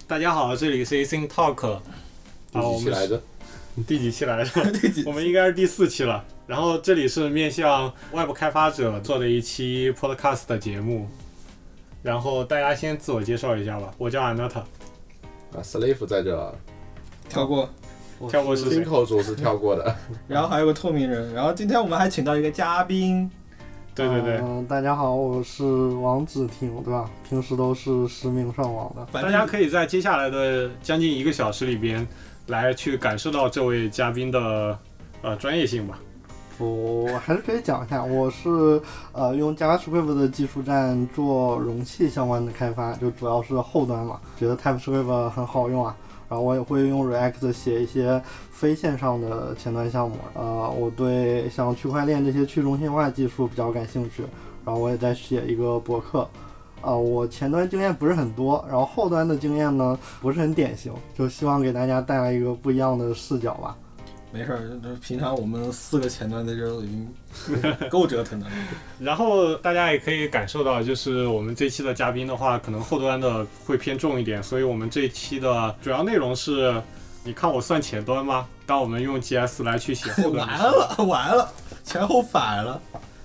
大家好，这里是 Async Talk。 第几期来着？ 第几期来着？我们应该是第4期了。然后这里是面向外部开发者做的一期 podcast 的节目。然后大家先自我介绍一下吧，我叫 Anata。 Slave 在这。 跳过是谁？ Tinko 总是跳过的。 然后还有个透明人，然后今天我们还请到一个嘉宾。 对对对， 大家好，我是王芷婷，对吧？平时都是实名上网的。 大家可以在接下来的将近1个小时里边来去感受到这位嘉宾的专业性吧。 我还是可以讲一下，我是用 JavaScript 的技术站做容器相关的开发，就主要是后端嘛，觉得 TypeScript 很好用啊。然后我也会用 React 写一些非线上的前端项目，我对像区块链这些去中心化技术比较感兴趣，然后我也在写一个博客，我前端经验不是很多，然后后端的经验呢不是很典型，就希望给大家带来一个不一样的视角吧。 没事，平常我们4个前端的人都已经够折腾的了。 然后大家也可以感受到，就是我们这期的嘉宾的话，可能后端的会偏重一点，所以我们这一期的主要内容是，你看我算前端吗？当我们用 GS 来去写后端的完了，前后反了。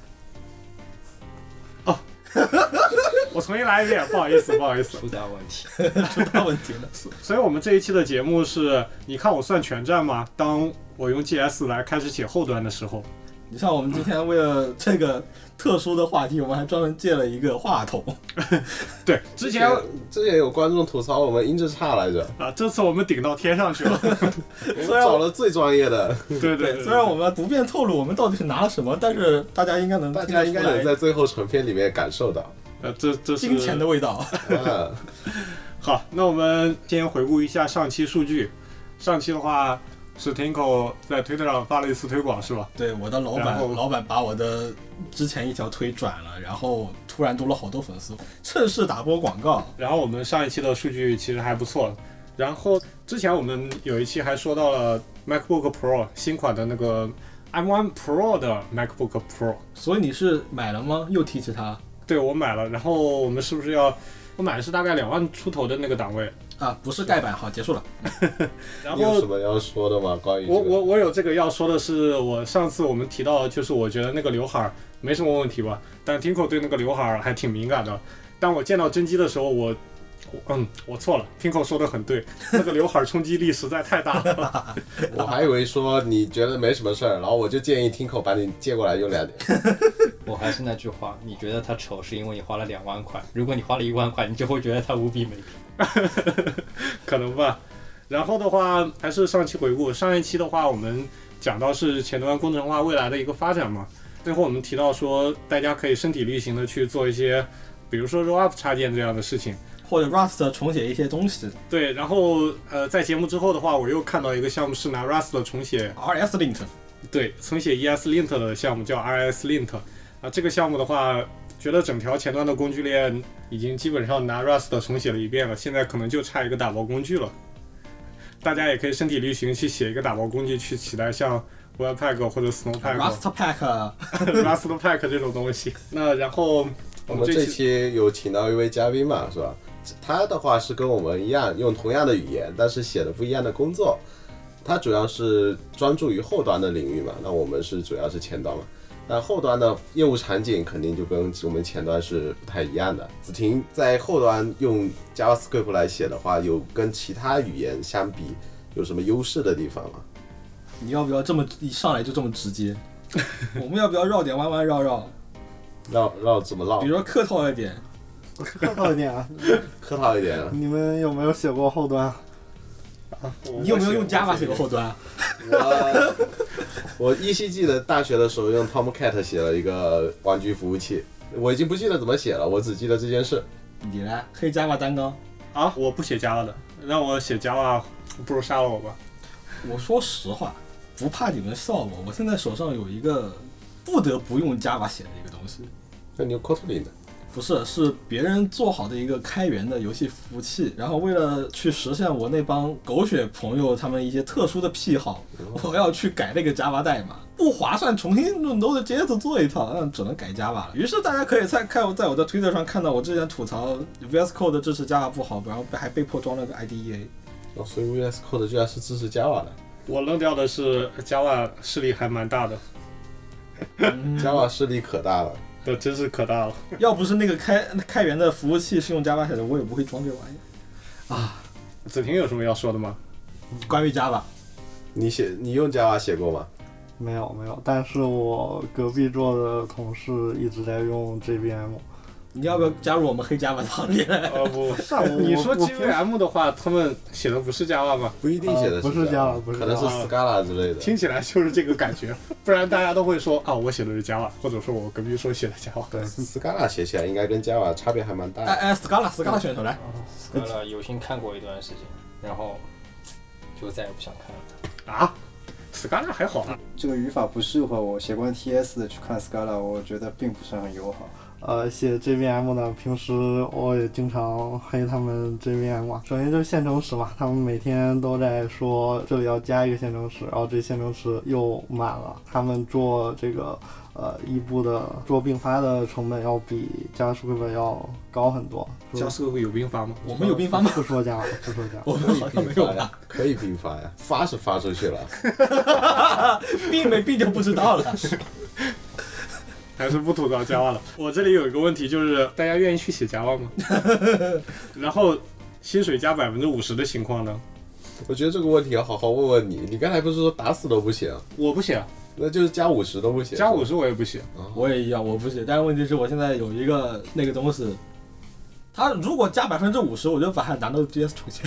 哦，我重新来一遍，不好意思， 出大问题了。所以我们这一期的节目是，你看我算全站吗？当我用 GS 来开始写后端的时候。 你像我们今天为了这个特殊的话题，我们还专门借了一个话筒。 对，之前有观众吐槽我们音质差来着啊，这次我们顶到天上去了， 我们找了最专业的。 对， 虽然我们不便透露我们到底是拿了什么，但是大家应该能在最后成片里面感受到， 这是金钱的味道。 好，那我们先回顾一下上期数据。上期的话是 Tinko 在推特上发了一次推广，是吧？ 对，我的老板把我的之前一条推转了，然后突然多了好多粉丝，趁势打波广告。 然后我们上一期的数据其实还不错。然后之前我们有一期还说到了 MacBook Pro 新款的那个 M1 Pro 的 MacBook Pro， 所以你是买了吗？又提起它？ 对，我买了。然后我们是不是要？我买的是大概2万出头的那个档位啊，不是盖板。好，结束了。 然后你有什么要说的吗？关于我有这个要说的是，我上次我们提到，就是我觉得那个刘海没什么问题吧，但 Tinko 对那个刘海还挺敏感的。当我见到真机的时候，我错了 ，Tinko 说的很对，那个刘海冲击力实在太大了。 我还以为说你觉得没什么事儿，然后我就建议 Tinko 把你借过来用2年。 我还是那句话，你觉得它丑是因为你花了2万块，如果你花了1万块，你就会觉得它无比美丽。 可能吧。然后的话，还是上期回顾，上一期的话我们讲到是前端工程化未来的一个发展嘛。最后我们提到说，大家可以身体力行的去做一些，比如说 rollup 插件这样的事情， 或者 Rust 重写一些东西。 对，然后在节目之后的话，我又看到一个项目是拿 Rust 重写 RSLint。 对，重写 ESLint 的项目叫 RSLint。这个项目的话，觉得整条前端的工具链已经基本上拿 Rust 重写了一遍了，现在可能就差一个打包工具了。大家也可以身体力行去写一个打包工具，去取代像 Webpack 或者 Snowpack、Rustpack 这种东西。那然后我们这期有请到一位嘉宾嘛，是吧？他的话是跟我们一样，用同样的语言，但是写的不一样的工作。他主要是专注于后端的领域嘛，那我们是主要是前端嘛。那后端的业务场景肯定就跟我们前端是不太一样的。子婷在后端用 JavaScript 来写的话，有跟其他语言相比有什么优势的地方吗？ 你要不要这么一上来就这么直接？我们要不要绕点弯弯绕绕？ 绕怎么绕？ 比如说客套一点。 客套一点啊。 客套一点啊。 你们有没有写过后端？ 你有没有用 Java 写过后端？ 我依稀记得大学的时候用 Tomcat 写了一个玩具服务器，我已经不记得怎么写了，我只记得这件事。 你呢？黑 Java 担当啊？我不写 Java 的，让我写 Java， 不如杀了我吧。 我说实话，不怕你们笑我现在手上有一个不得不用 Java 写的一个东西。 那你用 Kotlin 的？ 不是，是别人做好的一个开源的游戏服务器，然后为了去实现我那帮狗血朋友他们一些特殊的癖好，我要去改那个 Java 代码， 不划算，重新用 Node.js 做一套，只能改 Java 了。于是大家可以在我的推特上看到我之前吐槽 VS Code 支持 Java 不好，然后还被迫装了个 IDEA。 所以 VS Code 居然是支持 Java 的。 我扔掉的是 Java 势力还蛮大的 ，Java 势力可大了。 对，真是可大了。 要不是那个开源的服务器是用 Java 写的，我也不会装这玩意啊。 子婷有什么要说的吗？ 关于 Java， 你用 Java 写过吗？ 没有，但是我隔壁桌的同事一直在用 JVM。 你要不要加入我们黑 Java 的行列？ 不，你说 JVM 的话，他们写的不是 Java 吗？ 不一定写的不是 Java， 不是 Java， 可能是 Scala 之类的。 听起来就是这个感觉，不然大家都会说啊，我写的是 Java， 或者说我隔壁说写的 Java。 对 ，Scala 写起来应该跟 Java 差别还蛮大的。 Scala 选手来。 Scala 有幸看过一段时间，然后就再也不想看了。 啊 ？Scala 还好啊。 这个语法不适合我，写惯 TS 的去看 Scala， 我觉得并不是很友好。 写 JVM 的，平时我也经常黑他们 JVM 嘛。首先就是线程史嘛，他们每天都在说这里要加一个线程史，然后这线程史又满了。他们做这个异步的做并发的成本要比 JavaScript 要高很多。 JavaScript有并发吗？ 我们有并发吗？ 不说 Java，不说 Java。 我们好像没有吧？ 可以并发呀，发是发出去了， 并没并就不知道了。 还是不吐槽 Java 了。我这里有一个问题，就是大家愿意去写 Java 吗？然后薪水加50%的情况呢？ 我觉得这个问题要好好问问你。你刚才不是说打死都不写？ 我不写， 那就是加50都不写。 加50我也不写。 我也一样，我不写。但是问题是我现在有一个那个东西，他如果加50%，我就把它拿到 GS 重写。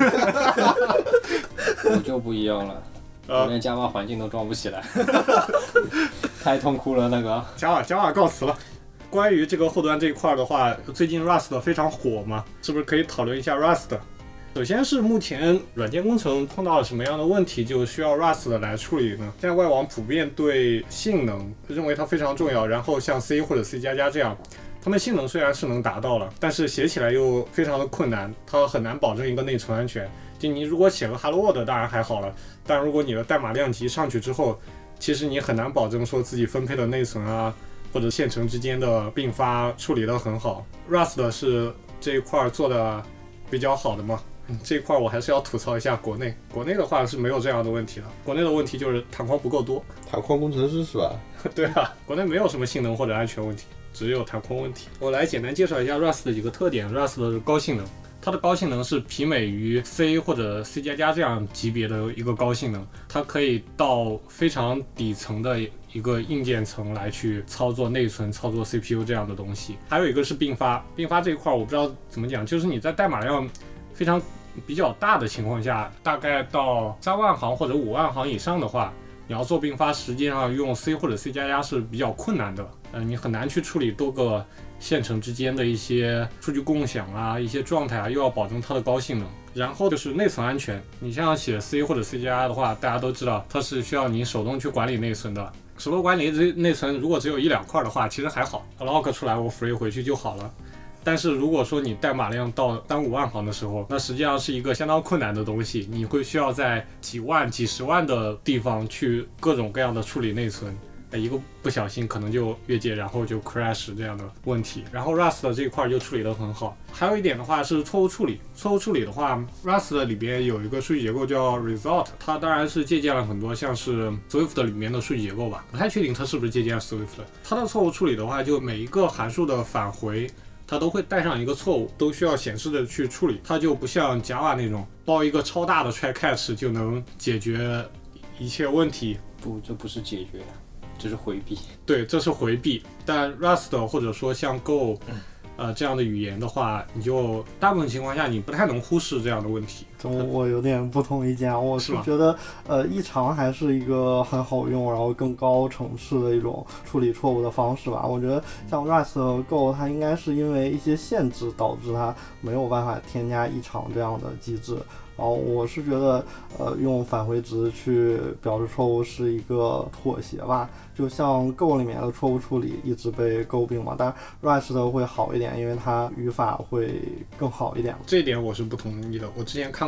我就不一样了。我连 Java 环境都装不起来，太痛苦了。那个 Java 告辞了。关于这个后端这一块的话，最近 Rust 非常火嘛，是不是可以讨论一下 Rust？ 首先是目前软件工程碰到了什么样的问题，就需要 Rust 来处理呢？现在外网普遍对性能认为它非常重要，然后像 C 或者 C++ 这样，它们性能虽然是能达到了，但是写起来又非常的困难，它很难保证一个内存安全。就你如果写个 Hello World 当然还好了，但如果你的代码量级上去之后，其实你很难保证说自己分配的内存啊，或者线程之间的并发处理得很好。Rust 是这一块做的比较好的嘛，这一块我还是要吐槽一下国内。国内的话是没有这样的问题的，国内的问题就是弹框不够多。 弹框工程师是吧？ 对啊，国内没有什么性能或者安全问题，只有弹框问题。我来简单介绍一下 Rust 的几个特点。Rust 的高性能，它的高性能是媲美于 C 或者 C++ 这样级别的一个高性能，它可以到非常底层的一个硬件层来去操作内存、操作 CPU 这样的东西。还有一个是并发，并发这一块我不知道怎么讲，就是你在代码量非常比较大的情况下，大概到3万行或者5万行以上的话，你要做并发，实际上用 C 或者 C++ 是比较困难的。你很难去处理多个线程之间的一些数据共享啊，一些状态啊，又要保证它的高性能。然后就是内存安全，你像写 C 或者 C++ 的话，大家都知道它是需要你手动去管理内存的。手动管理内存如果只有1-2块的话，其实还好 ，log 出来我 free 回去就好了。但是如果说你代码量到3-5万行的时候，那实际上是一个相当困难的东西，你会需要在几万、几十万的地方去各种各样的处理内存。一个不小心可能就越界，然后就 crash 这样的问题。然后 Rust 的这一块就处理得很好。还有一点的话是错误处理。错误处理的话 ，Rust 里边有一个数据结构叫 result， 它当然是借鉴了很多像是 Swift 里面的数据结构吧，不太确定它是不是借鉴 Swift 的。它的错误处理的话，就每一个函数的返回，它都会带上一个错误，都需要显示的去处理。它就不像 Java 那种包一个超大的 try catch 就能解决一切问题。 不，这不是解决，这是回避。 对，这是回避。但 Rust 或者说像 Go，这样的语言的话，你就大部分情况下你不太能忽视这样的问题。 我有点不同意见，我是觉得异常还是一个很好用，然后更高层次的一种处理错误的方式吧。我觉得像 Rust 和 Go， 它应该是因为一些限制导致它没有办法添加异常这样的机制。然后我是觉得用返回值去表示错误是一个妥协吧。就像 Go 里面的错误处理一直被诟病嘛，但 Rust 会好一点，因为它语法会更好一点。 这一点我是不同意的。我之前看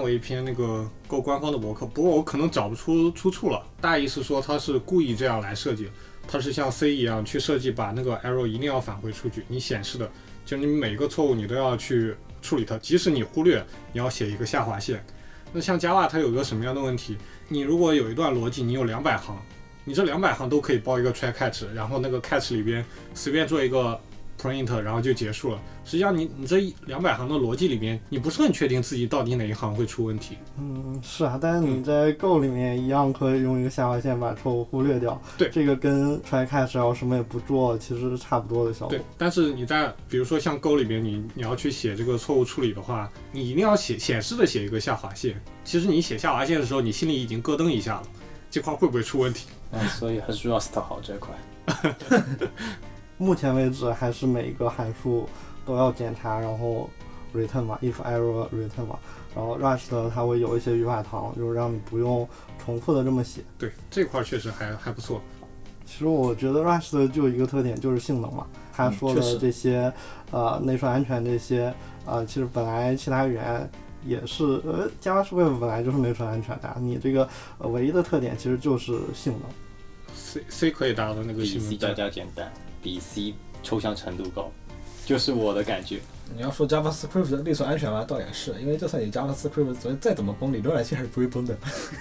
过一篇那个Go 官方的博客，不过我可能找不出出处了。大意是说他是故意这样来设计，他是像 C 一样去设计，把那个 error 一定要返回出去，你显示的就你每个错误你都要去处理它，即使你忽略，你要写一个下划线。那像 Java 它有一个什么样的问题？你如果有一段逻辑，你有200行，你这200行都可以包一个 try catch， 然后那个 catch 里边随便做一个 print， 然后就结束了。实际上你这200行的逻辑里面，你不是很确定自己到底哪一行会出问题。 是啊，但是你在 Go 里面一样可以用一个下划线把错误忽略掉。 对， 这个跟 try catch 要什么也不做其实是差不多的效果。 对，但是你在比如说像 Go 里边，你要去写这个错误处理的话，你一定要显示的写一个下划线。其实你写下划线的时候，你心里已经咯噔一下了，这块会不会出问题？ 所以还是 Rust 好这块。 目前为止还是每一个函数都要检查，然后 return 嘛 ，if error return 嘛。然后 Rust 它会有一些语法糖，就是让你不用重复的这么写。 对，这块确实还不错。 其实我觉得 Rust 就一个特点就是性能嘛，他说的这些内存安全这些其实本来其他语言也是JavaScript 本来就是内存安全的，你这个唯一的特点其实就是性能。 C 可以达到那个比性 C 能加简单，比 C 抽象程度高，就是我的感觉。 你要说 JavaScript 的内存安全嘛，倒也是，因为就算你 JavaScript 再怎么崩，理论来讲还是不会崩的。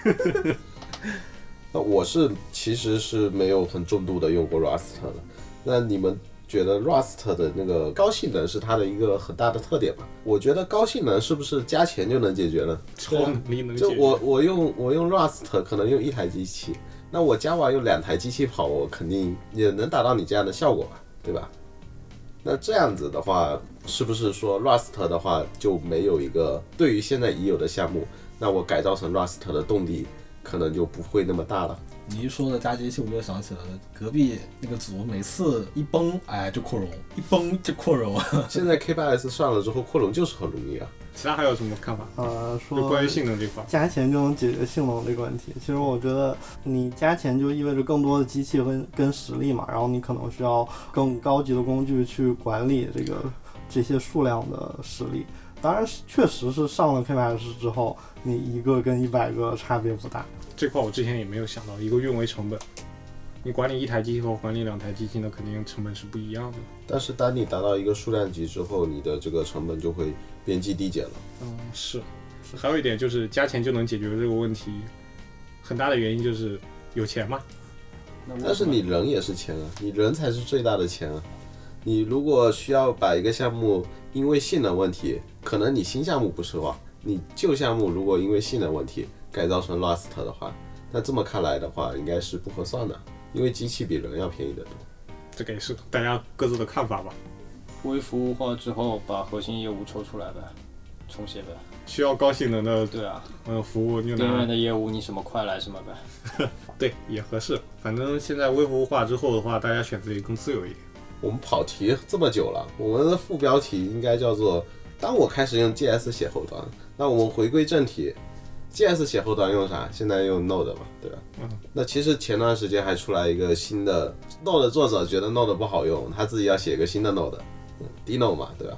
那我其实是没有很重度的用过 Rust 的。那你们觉得 Rust 的那个高性能是它的一个很大的特点吗？我觉得高性能是不是加钱就能解决呢？ 超能力能解决。 就我用 Rust 可能用1台机器，那我 Java 用2台机器跑，我肯定也能达到你这样的效果吧，对吧？那这样子的话，是不是说 Rust 的话就没有一个对于现在已有的项目，那我改造成 Rust 的动力可能就不会那么大了？ 你一说的加机器，我就想起了隔壁那个组，每次一崩，就扩容，一崩就扩容。 现在 K8s 上了之后，扩容就是很容易啊。 其他还有什么看法？ 说关于性能这块， 加钱就能解决性能这个问题。其实我觉得你加钱就意味着更多的机器跟实力嘛，然后你可能需要更高级的工具去管理这些数量的实力。当然，确实是上了 K8s 之后，你一个跟100个差别不大。 这块我之前也没有想到，一个运维成本，你管理1台机器和管理2台机器呢，肯定成本是不一样的。 但是当你达到一个数量级之后，你的这个成本就会边际递减了。 是。还有一点就是加钱就能解决这个问题，很大的原因就是有钱嘛。 但是你人也是钱啊，你人才是最大的钱啊。你如果需要把一个项目因为性能问题，可能你新项目不奢望，你旧项目如果因为性能问题改造成 Rust 的话，那这么看来的话，应该是不合算的，因为机器比人要便宜得多。 这个也是大家各自的看法吧。 微服务化之后，把核心业务抽出来呗，重写呗。 需要高性能的对啊， 服务就边缘的业务你什么快来什么呗。 对，也合适。反正现在微服务化之后的话，大家选择也更自由一点。 我们跑题这么久了，我们的副标题应该叫做当我开始用 JS 写后端。那我们回归正题， JS 写后端用啥？现在用 Node 嘛，对吧？那其实前段时间还出来一个新的 Node 作者觉得 Node 不好用，他自己要写一个新的 Node，Dino 嘛，对吧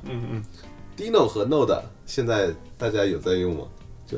？Dino 和 Node 现在大家有在用吗？就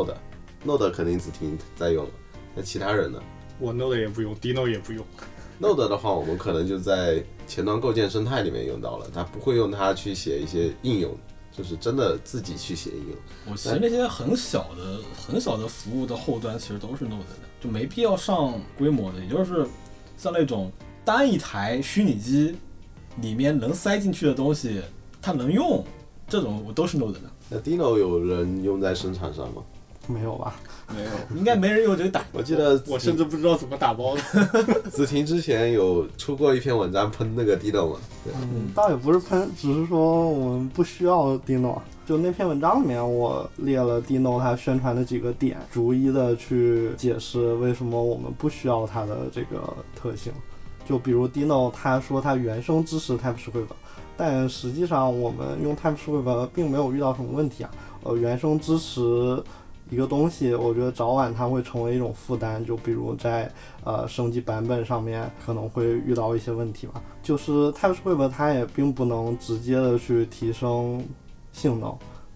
Node 肯定子婷在用了，那其他人呢？ 我 Node 也不用 ，Dino 也不用。 Node 的话，我们可能就在前端构建生态里面用到了，它不会用它去写一些应用，就是真的自己去写应用。 我其实那些很小的服务的后端其实都是 Node 的，就没必要上规模的，也就是像那种单一台虚拟机里面能塞进去的东西，它能用，这种我都是 Node 的。 那 Dino 有人用在生产上吗？ 没有吧？ 没有， 应该没人用这个打。 我记得我甚至不知道怎么打包的。 子婷之前有出过一篇文章喷那个 Dino 嘛？对， 倒也不是喷，只是说我们不需要 Dino。就那篇文章里面，我列了 Dino 它宣传的几个点，逐一的去解释为什么我们不需要它的这个特性。就比如 Dino 它说它原生支持 TypeScript， 但实际上我们用 TypeScript 并没有遇到什么问题啊。原生支持一个东西，我觉得早晚它会成为一种负担，就比如在升级版本上面可能会遇到一些问题吧。就是 TypeScript 它也并不能直接的去提升性能，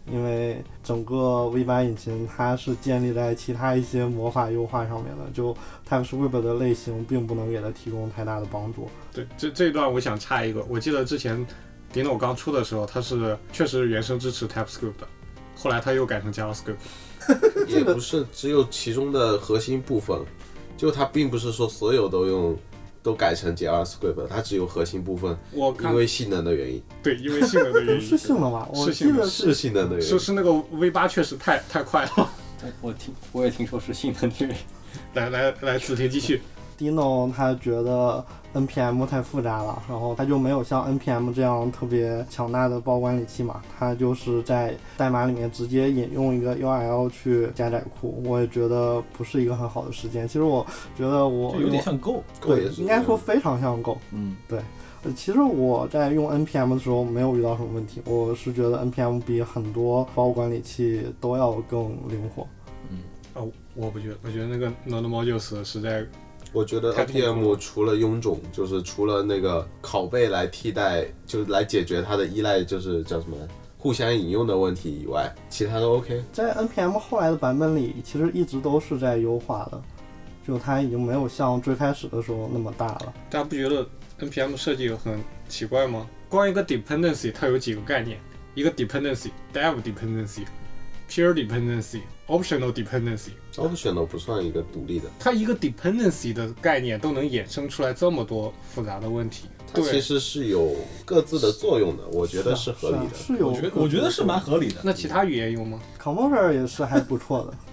因为整个 V8 引擎它是建立在其他一些魔法优化上面的，就 TypeScript 的类型并不能给它提供太大的帮助。 对，这一段我想插一个，我记得之前 Dino 刚出的时候，它是确实原生支持 TypeScript 的，后来它又改成 JavaScript。 也不是只有其中的核心部分，就它并不是说所有都改成 JavaScript， 它只有核心部分， 我看因为性能的原因。 对，因为性能的原因。 是性能吧？我是性能记得是性能的原因。 是那个 V8 确实太快了。 我也听说是性能的原因。 来，子婷继续。 Dino 他觉得 NPM 太复杂了，然后他就没有像 NPM 这样特别强大的包管理器嘛，他就是在代码里面直接引用一个 URL 去加载库，我也觉得不是一个很好的实践。其实我觉得我有点像 Go， 对，应该说非常像 Go。对。其实我在用 NPM 的时候没有遇到什么问题，我是觉得 NPM 比很多包管理器都要更灵活。 我不觉得，我觉得那个 Node Modules 实在。 我觉得 NPM 除了臃肿，就是除了那个拷贝来替代，就是来解决它的依赖，就是叫什么互相引用的问题以外，其他都 OK。 在 NPM 后来的版本里，其实一直都是在优化的，就它已经没有像最开始的时候那么大了。 大家不觉得 NPM 设计很奇怪吗？光一个 dependency 它有几个概念，一个 dependency、dev dependency、peer dependency、optional dependency。optional 不算一个独立的， 它一个 dependency 的概念都能衍生出来这么多复杂的问题。 它其实是有各自的作用的，我觉得是合理的。 是有， 我觉得是蛮合理的。 那其他语言有吗 ？Composer 也是还不错的。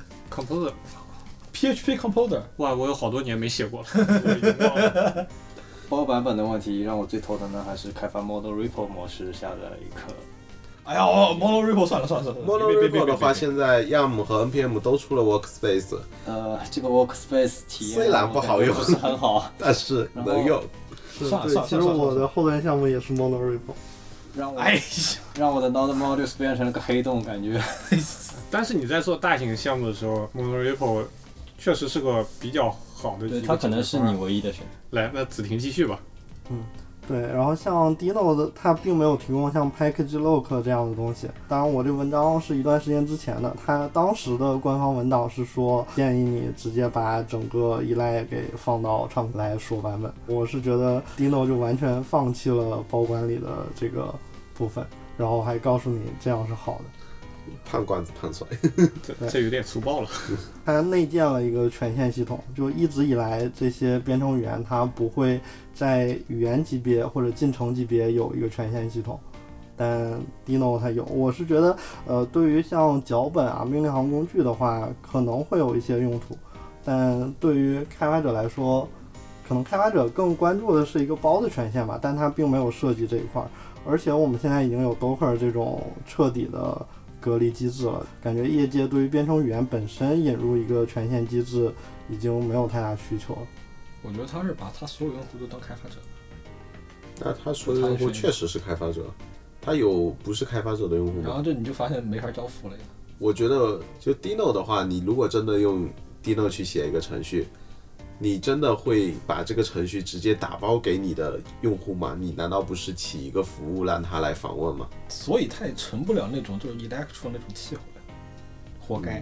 Composer。PHP Composer， 哇，我有好多年没写过了，我已经忘了。 包版本的问题让我最头疼的还是开发 Model Repo 模式下的一颗。 哎呀，Mono Repo 算了。 Mono Repo 的话，现在 YAM 和 NPM 都出了 Workspace。 这个 Workspace 体验虽然不好用， 不是很好， 但是能用。 算了， 其实我的后端项目也是 Mono Repo。 让我的 Node Modules 变成了个黑洞，感觉。 但是你在做大型项目的时候 ，Mono Repo 确实是个比较好的。 对，它可能是你唯一的选择。 来，那子婷继续吧。 对，然后像 Dino 的，它并没有提供像 Package Lock 这样的东西。当然，我这文章是一段时间之前的，它当时的官方文档是说建议你直接把整个依赖给放到 chunk 来说版本。我是觉得 Dino 就完全放弃了包管理的这个部分，然后还告诉你这样是好的。 胖罐子胖出来， 这有点粗暴了。 它内建了一个权限系统，就一直以来这些编程语言它不会在语言级别或者进程级别有一个权限系统，但 Dino 它有。我是觉得，对于像脚本啊、命令行工具的话，可能会有一些用途，但对于开发者来说，可能开发者更关注的是一个包的权限吧，但它并没有涉及这一块。而且我们现在已经有 Docker 这种彻底的隔离机制了，感觉业界对于编程语言本身引入一个权限机制已经没有太大需求了。 我觉得他是把他所有用户都当开发者。 那他所有用户确实是开发者，他有不是开发者的用户吗？ 然后你就发现没法交付了呀。 我觉得就 Dino 的话，你如果真的用 Dino 去写一个程序，你真的会把这个程序直接打包给你的用户吗？你难道不是起一个服务让他来访问吗？ 所以他也成不了那种就是 Electro 那种气候的，活该。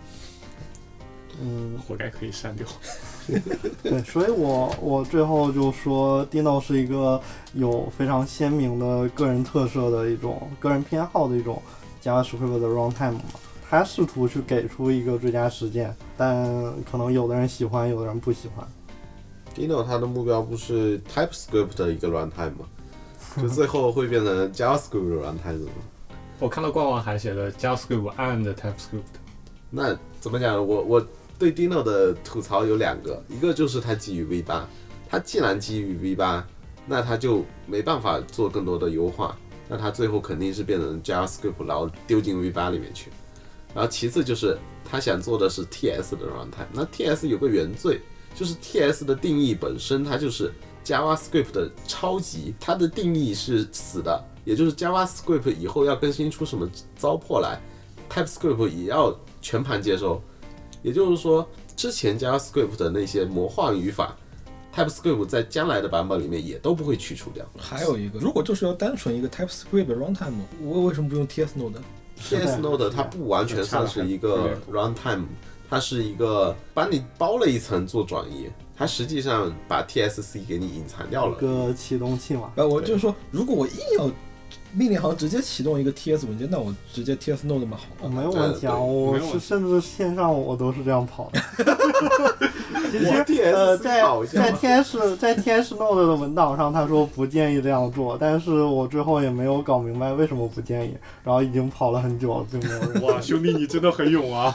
活该可以删掉。 对，所以我最后就说 Dino 是一个有非常鲜明的个人特色的一种个人偏好的一种 JavaScript 的 runtime 嘛。他试图去给出一个最佳实践，但可能有的人喜欢，有的人不喜欢。 Dino 他的目标不是 TypeScript 的一个 runtime 吗？就最后会变成 JavaScript 的 runtime 吗？ 我看到官网还写了 JavaScript and TypeScript。 那怎么讲？我对 Dino 的吐槽有两个，一个就是它基于 V8， 它既然基于 V8， 那它就没办法做更多的优化，那它最后肯定是变成 JavaScript 然后丢进 V8 里面去。然后其次就是他想做的是 TS 的 runtime， 那 TS 有个原罪，就是 TS 的定义本身它就是 JavaScript 的超级，它的定义是死的，也就是 JavaScript 以后要更新出什么糟粕来 ，TypeScript 也要全盘接受。也就是说，之前 JavaScript 的那些魔幻语法 ，TypeScript 在将来的版本里面也都不会去除掉。 还有一个，如果就是要单纯一个 TypeScript runtime， 我为什么不用 TS Node？ TS Node 它不完全算是一个 runtime， 它是一个把你包了一层做转移，它实际上把 TSC 给你隐藏掉了。 一个启动器嘛。 我就是说，如果我硬要命令行直接启动一个 TS 文件，那我直接 TS Node 嘛好了。 没有问题啊，我是甚至线上我都是这样跑的。其实在 TS Node 的文档上，他说不建议这样做，但是我最后也没有搞明白为什么不建议，然后已经跑了很久了，并没有人。 哇，兄弟你真的很勇啊！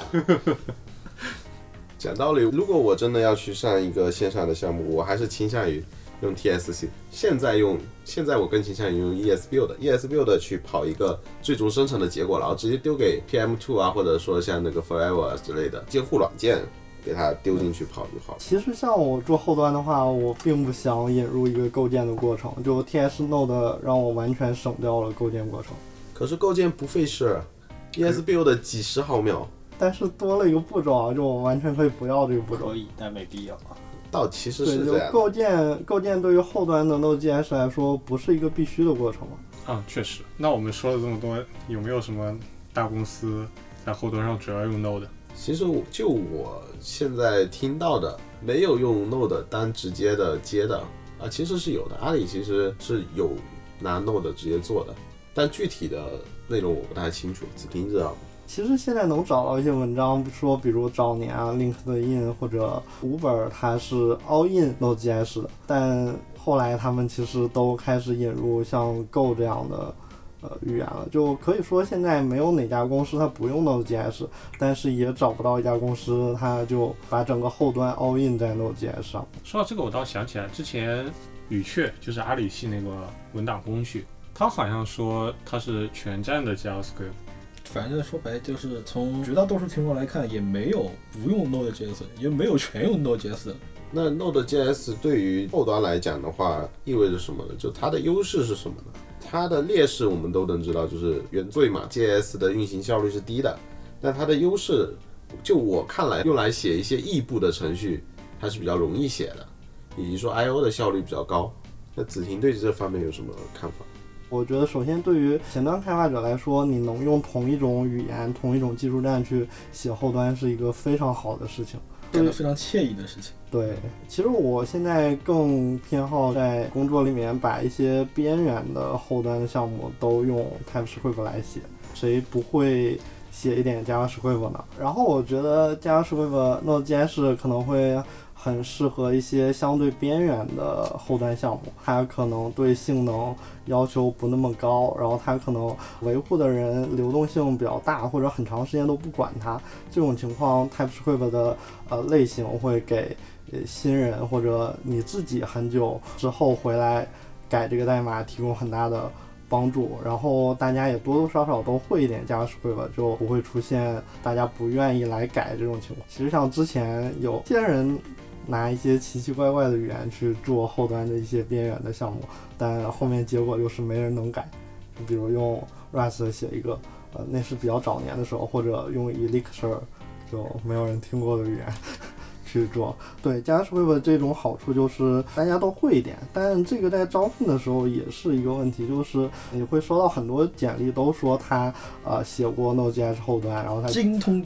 讲道理，如果我真的要去上一个线上的项目，我还是倾向于用 TSC。现在我更倾向于用 ES-Build 去跑一个最终生成的结果，然后直接丢给 PM2 啊，或者说像那个 Forever 之类的监护软件，给它丢进去跑就好。 其实像我做后端的话，我并不想引入一个构建的过程，就 TS Node 让我完全省掉了构建过程。 可是构建不费事 ，ES-Build 几十毫秒。 但是多了一个步骤啊，就我完全可以不要这个步骤。 可以，但没必要。 倒其实是对， 这样。 就构建对于后端的 Node.js 来说，不是一个必须的过程嘛。 啊，确实。那我们说了这么多，有没有什么大公司在后端上主要用 Node？ 其实就我现在听到的，没有用 Node 当直接的接的啊，其实是有的。阿里其实是有拿 Node 直接做的，但具体的内容我不太清楚，子平知道吗？ 其实现在能找到一些文章说，比如早年啊 LinkedIn 或者 Uber 它是 all in Node.js 的，但后来他们其实都开始引入像 Go 这样的语言了，就可以说现在没有哪家公司它不用 Node.js， 但是也找不到一家公司它就把整个后端 all in 在 Node.js 上。 说到这个，我倒想起来，之前宇雀就是阿里系那个文档工序，它好像说它是全站的 JavaScript。 反正说白就是从绝大多数情况来看，也没有不用 Node.js， 也没有全用 Node.js。 那 Node.js 对于后端来讲的话，意味着什么呢？就它的优势是什么呢？它的劣势我们都能知道，就是原罪嘛 ，JS 的运行效率是低的。但它的优势，就我看来，用来写一些异步的程序，它是比较容易写的，以及说 I/O 的效率比较高。那子婷对这方面有什么看法？ 我觉得首先对于前端开发者来说，你能用同一种语言、同一种技术栈去写后端是一个非常好的事情， 干得非常惬意的事情。 对，其实我现在更偏好在工作里面把一些边缘的后端的项目都用 TypeScript 来写，谁不会写一点 JavaScript 呢？然后我觉得 JavaScript Node.js 可能会很适合一些相对边缘的后端项目，它可能对性能要求不那么高，然后它可能维护的人流动性比较大，或者很长时间都不管它。这种情况 TypeScript 的类型会给新人或者你自己很久之后回来改这个代码提供很大的帮助，然后大家也多多少少都会一点 JavaScript， 就不会出现大家不愿意来改这种情况。其实像之前有些人拿一些奇奇怪怪的语言去做后端的一些边缘的项目，但后面结果就是没人能改。就比如用 Rust 写一个那是比较早年的时候，或者用 Elixir 就没有人听过的语言去做。对 JavaScript 这种好处就是大家都会一点，但这个在招聘的时候也是一个问题，就是你会收到很多简历都说他写过 Node.js 后端，然后他精通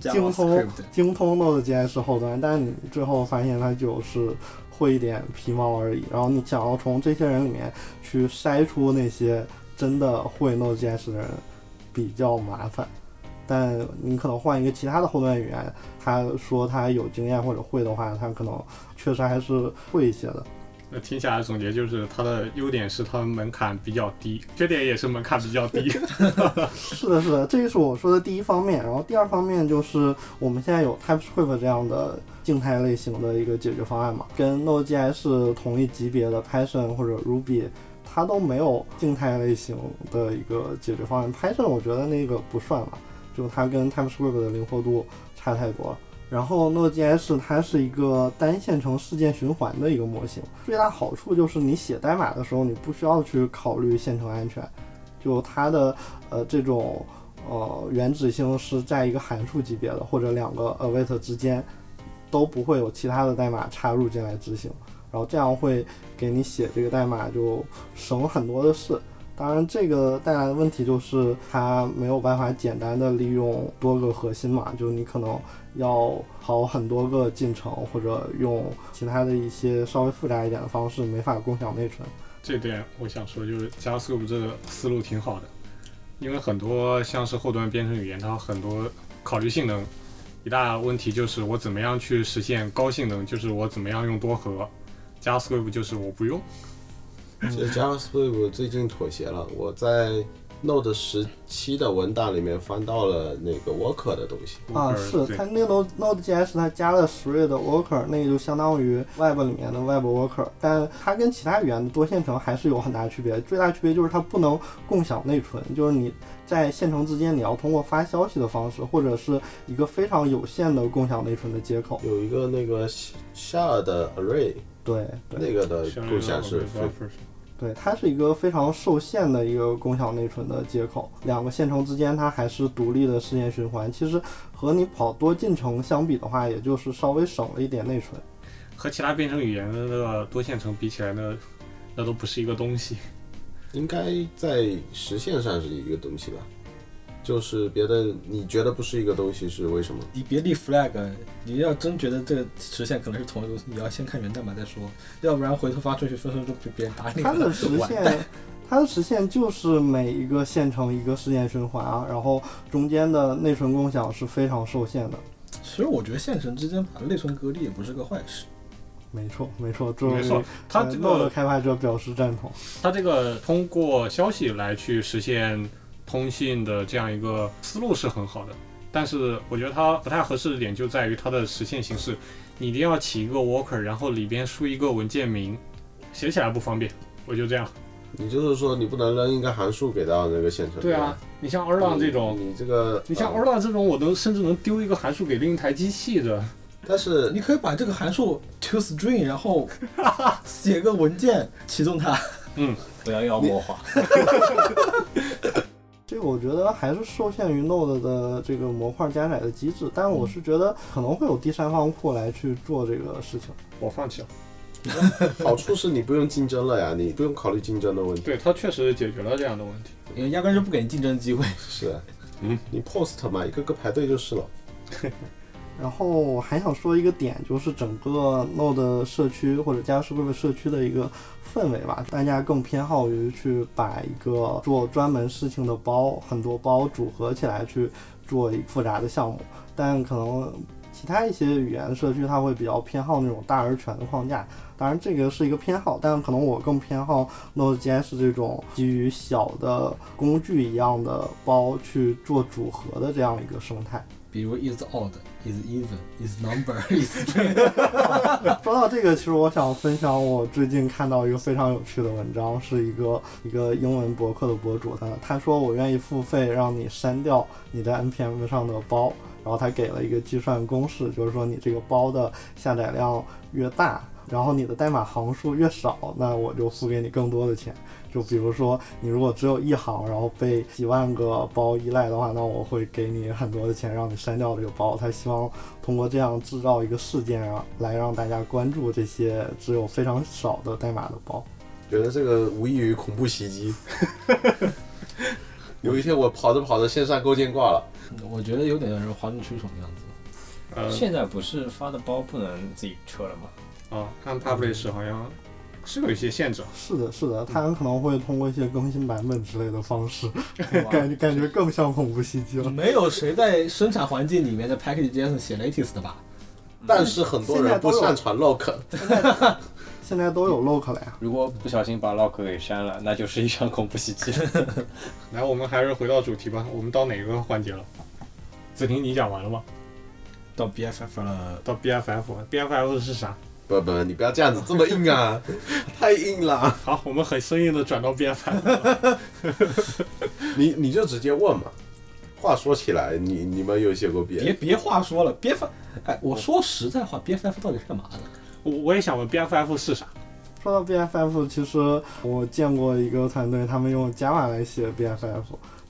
Node.js 后端，但你最后发现他就是会一点皮毛而已，然后你想要从这些人里面去筛出那些真的会 Node.js 的人比较麻烦。但你可能换一个其他的后端语言，他说他有经验或者会的话，他可能确实还是会一些的。 那听下来总结就是它的优点是它的门槛比较低，缺点也是门槛比较低。 是的，是的，这个是我说的第一方面。然后第二方面就是我们现在有 TypeScript 这样的静态类型的一个解决方案嘛，跟 Node.js 同一级别的 Python 或者 Ruby， 它都没有静态类型的一个解决方案。Python 我觉得那个不算了，就它跟 TypeScript 的灵活度差太多了。然后 Node.js 它是一个单线程事件循环的一个模型，最大好处就是你写代码的时候你不需要去考虑线程安全，就它的这种原址性是在一个函数级别的，或者两个 await 之间都不会有其他的代码插入进来执行，然后这样会给你写这个代码就省很多的事。 当然，这个带来的问题就是它没有办法简单的利用多个核心嘛，就你可能要跑很多个进程，或者用其他的一些稍微复杂一点的方式，没法共享内存。 这点我想说，就是 JavaScript 这个思路挺好的，因为很多像是后端编程语言，它很多考虑性能，一大问题就是我怎么样去实现高性能，就是我怎么样用多核。JavaScript 就是我不用。 这 JavaScript 最近妥协了，我在 Node 17的文档里面翻到了那个 Worker 的东西。 啊，是它那个 Node.js 它加了Thread Worker， 那个就相当于 Web 里面的 Web Worker， 但它跟其他语言的多线程还是有很大区别。最大区别就是它不能共享内存，就是你在线程之间你要通过发消息的方式，或者是一个非常有限的共享内存的接口。 有一个那个 Shared Array， 对， 那个的共享是对，它是一个非常受限的一个共享内存的接口，两个线程之间它还是独立的事件循环。其实和你跑多进程相比的话，也就是稍微省了一点内存。 和其他编程语言的那个多线程比起来呢，那都不是一个东西。 应该在实现上是一个东西吧？就是别的你觉得不是一个东西是为什么？ 你别立 flag， 你要真觉得这个实现可能是同一个东西，你要先看源代码再说，要不然回头发出去分分钟被别人打你。 它的实现就是每一个线程一个事件循环啊，然后中间的内存共享是非常受限的。 其实我觉得线程之间把内存隔离也不是个坏事。 没错， 他这个 Node 开发者表示赞同。 他这个通过消息来去实现通信的这样一个思路是很好的，但是我觉得它不太合适的点就在于它的实现形式，你一定要起一个 worker， 然后里边输一个文件名，写起来不方便。我就这样。 你就是说你不能扔一个函数给到那个线程？ 对啊，你像 Erlang 这种，你像 Erlang 这种，我甚至能丢一个函数给另一台机器的。 但是你可以把这个函数 to string， 然后写个文件启动它。 不要妖魔化。 这个我觉得还是受限于 Node 的这个模块加载的机制，但我是觉得可能会有第三方库来去做这个事情。 我放弃了。 好处是你不用竞争了呀，你不用考虑竞争的问题。 对，它确实解决了这样的问题， 因为压根就不给你竞争机会。 是，你 post 嘛，一个个排队就是了。 然后我还想说一个点，就是整个 Node 社区或者 JavaScript 社区的一个氛围吧，大家更偏好于去把一个做专门事情的包，很多包组合起来去做一个复杂的项目，但可能其他一些语言社区它会比较偏好那种大而全的框架。当然这个是一个偏好，但可能我更偏好 Node.js 这种基于小的工具一样的包去做组合的这样一个生态。 比如 is odd, is even, is number, is string。 说到这个，其实我想分享我最近看到一个非常有趣的文章，是一个英文博客的博主，他说我愿意付费让你删掉你在 npm 上的包，然后他给了一个计算公式，就是说你这个包的下载量越大，然后你的代码行数越少，那我就付给你更多的钱。就比如说你如果只有一行，然后被几万个包依赖的话，那我会给你很多的钱让你删掉这个包。他希望通过这样制造一个事件来让大家关注这些只有非常少的代码的包。 觉得这个无异于恐怖袭击。有一天我跑着线上构建挂了。 我觉得有点让人哗众取宠的样子。 现在不是发的包不能自己撤了吗？ 按 publish 好像是有一些限制。 是的，它可能会通过一些更新版本之类的方式，感觉更像恐怖袭击了。 没有谁在生产环境里面的 package.js 写 lattice 的吧？ 但是很多人不擅长 lock。 现在都有 lock 了呀。 如果不小心把 lock 给删了，那就是一场恐怖袭击。 来，我们还是回到主题吧。我们到哪个环节了？子婷，你讲完了吗？ 到 BFF 了。 到 BFF 是啥？ 不，你不要这样子，这么硬啊，太硬了。 好，我们很生硬的转到 BFF。 你就直接问嘛。话说起来，你们有写过 BFF？ 别话说了 ，BFF， 我说实在话 ，BFF 到底是干嘛的？ 我也想问 BFF 是啥。 说到 BFF， 其实我见过一个团队，他们用 Java 来写 BFF，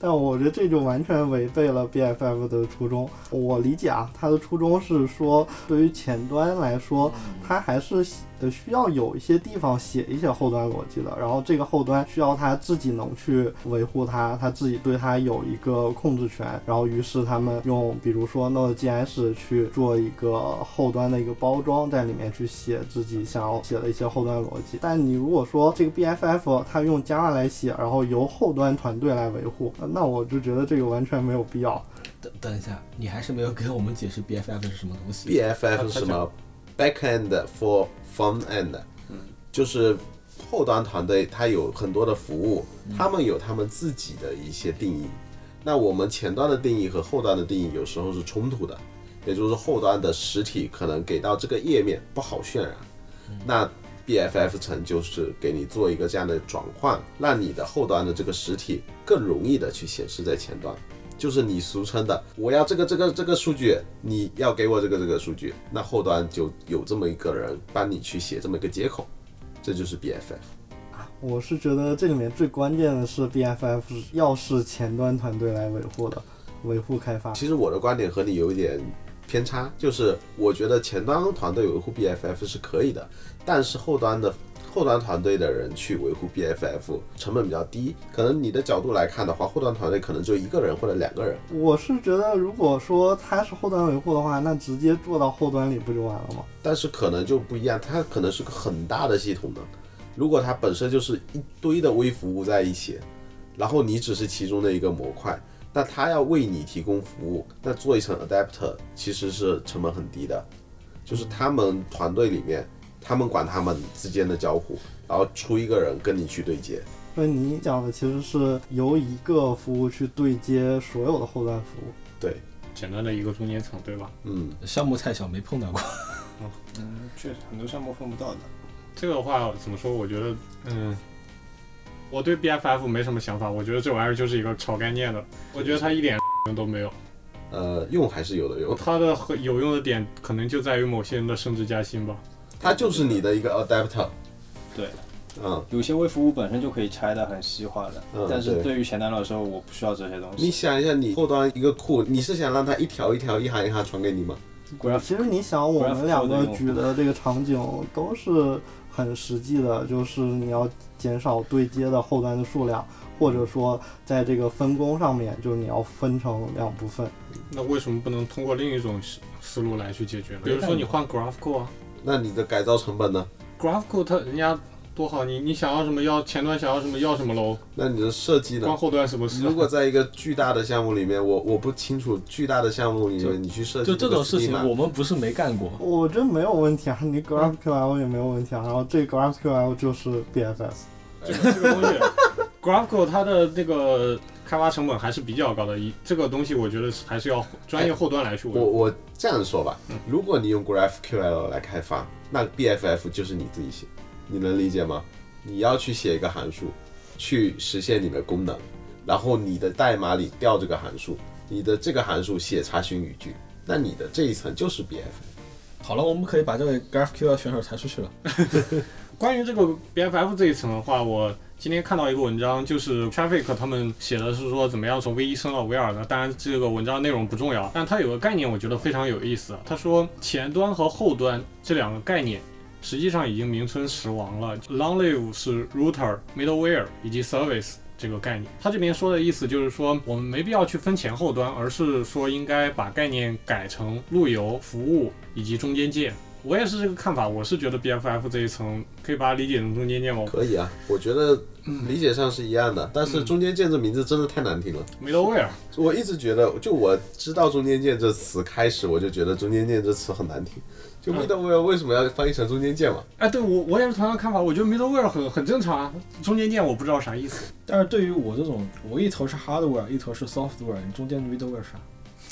但我觉得这就完全违背了 BFF 的初衷。我理解啊，它的初衷是说，对于前端来说，它还是需要有一些地方写一些后端逻辑的，然后这个后端需要它自己能去维护它，它自己对它有一个控制权，然后于是他们用比如说 Node.js 去做一个后端的一个包装，在里面去写自己想要写的一些后端逻辑。但你如果说这个 BFF 它用 Java 来写，然后由后端团队来维护，那我就觉得这个完全没有必要。 等一下，你还是没有给我们解释 BFF 是什么东西。 BFF 是什么 ？Backend for front end，就是后端团队它有很多的服务，他们有他们自己的一些定义。那我们前端的定义和后端的定义有时候是冲突的，也就是后端的实体可能给到这个页面不好渲染，那 BFF 层就是给你做一个这样的转换，让你的后端的这个实体更容易的去显示在前端。就是你俗称的，我要这个数据，你要给我这个数据，那后端就有这么一个人帮你去写这么一个接口，这就是 BFF。 我是觉得这里面最关键的是 BFF 要是前端团队来维护的，维护开发。 其实我的观点和你有一点偏差，就是我觉得前端团队维护 BFF 是可以的，但是后端团队的人去维护 BFF 成本比较低，可能你的角度来看的话，后端团队可能就1个人或者2个人。 我是觉得如果说它是后端维护的话，那直接做到后端里不就完了吗？ 但是可能就不一样，它可能是个很大的系统的，如果它本身就是一堆的微服务在一起，然后你只是其中的一个模块，那它要为你提供服务，那做一层 adapter 其实是成本很低的，就是他们团队里面他们管他们之间的交互，然后出一个人跟你去对接。 所以你讲的其实是由一个服务去对接所有的后端服务。 对， 简单的一个中间层，对吧？ 项目太小没碰到过。 确实很多项目碰不到的。 这个的话怎么说？我觉得，我对 BFF 没什么想法，我觉得这玩意儿就是一个炒概念的，我觉得它一点用都没有。 用还是有的用， 它的有用的点可能就在于某些人的升职加薪吧。 它就是你的一个 adapter。 对，有些微服务本身就可以拆得很细化的，但是对于前端来说，我不需要这些东西。 你想一下，你后端一个库，你是想让它一条一条、一行一行传给你吗？ 其实你想，我们两个举的这个场景都是很实际的，就是你要减少对接的后端的数量，或者说在这个分工上面，就是你要分成2部分。 那为什么不能通过另一种思路来去解决呢？比如说你换 GraphQL 啊。 那你的改造成本呢？ GraphQL 它人家多好，你想要什么要前端想要什么要什么喽。 那你的设计呢？ 关后端什么事？ 如果在一个巨大的项目里面，我不清楚巨大的项目里面你去设计就这种事情，我们不是没干过。 我觉得没有问题啊，你 GraphQL 也没有问题啊，然后这 GraphQL 就是 BFS。 这个东西，GraphQL 它的那个开发成本还是比较高的，这个东西我觉得还是要专业后端来去维护。 我这样说吧，如果你用 GraphQL 来开发，那 BFF 就是你自己写，你能理解吗？你要去写一个函数，去实现你的功能，然后你的代码里调这个函数，你的这个函数写查询语句，那你的这一层就是 BFF。 好了，我们可以把这位 GraphQL 选手抬出去了。 关于这个 BFF 这一层的话，我今天看到一个文章，就是 Traffic 他们写的是说怎么样从 V1 升到 V2 的。当然这个文章内容不重要，但它有个概念我觉得非常有意思。他说前端和后端这2个概念实际上已经名存实亡了。Long live 是 Router、Middleware 以及 Service 这个概念。他这边说的意思就是说，我们没必要去分前后端，而是说应该把概念改成路由、服务以及中间件。我也是这个看法，我是觉得 BFF 这一层可以把它理解成中间件吗？ 可以啊，我觉得理解上是一样的，但是中间件这名字真的太难听了。 Middleware， 我一直觉得，就我知道中间件这词开始，我就觉得中间件这词很难听。就 Middleware 为什么要翻译成中间件嘛？ 哎，对我也是同样看法，我觉得 Middleware 很正常啊，中间件我不知道啥意思。 但是对于我这种，我一头是 hardware， 一头是 software， 你中间 middleware 啥？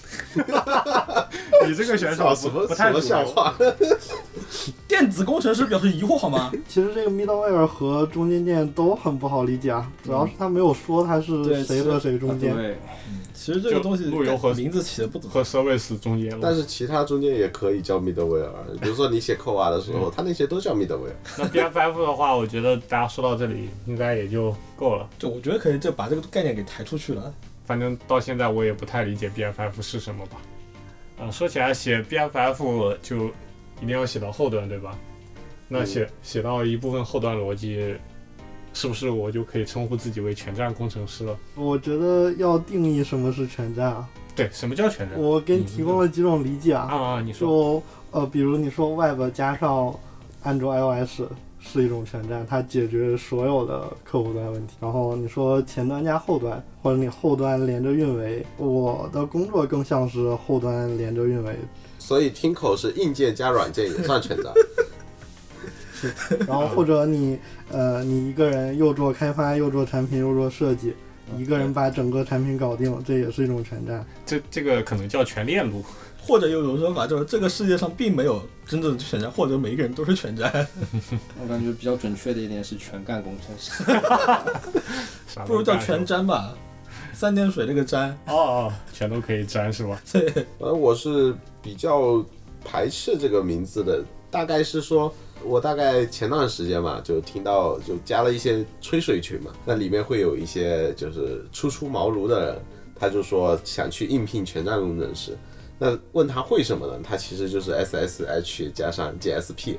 你这个选手不太主像话。 电子工程师表示疑惑好吗？ 其实这个 middleware 和中间件都很不好理解啊，主要是他没有说他是谁和谁中间。 对， 其实这个东西路由和名字起的不和 service 中间， 但是其他中间也可以叫 middleware， 比如说你写 Core 的时候，它那些都叫 middleware。 那 BFF 的话，我觉得大家说到这里应该也就够了。 就我觉得可以就把这个概念给抬出去了。 反正到现在我也不太理解 BFF 是什么吧。说起来写 BFF 就一定要写到后端，对吧？那写到一部分后端逻辑，是不是我就可以称呼自己为全站工程师了？ 我觉得要定义什么是全站啊。 对，什么叫全站？ 我给你提供了几种理解啊。 你说。 比如你说 Web 加上安卓 iOS 是一种全站，它解决所有的客户端问题。然后你说前端加后端，或者你后端连着运维，我的工作更像是后端连着运维。 所以听口是硬件加软件也算全站。 是，然后或者你一个人又做开发又做产品又做设计，一个人把整个产品搞定，这也是一种全站。 这个可能叫全链路。 或者有种说法就是这个世界上并没有真正的全站，或者每一个人都是全站。 我感觉比较准确的一点是全干工程师。 不如叫全沾吧，3点水这个沾。 全都可以沾是吧？ 对。 我是比较排斥这个名字的，大概是说我大概前段时间嘛，就听到就加了一些吹水群嘛，那里面会有一些就是初出茅庐的人，他就说想去应聘全站工程师。那问他会什么呢？他其实就是 SSH 加上 JSP，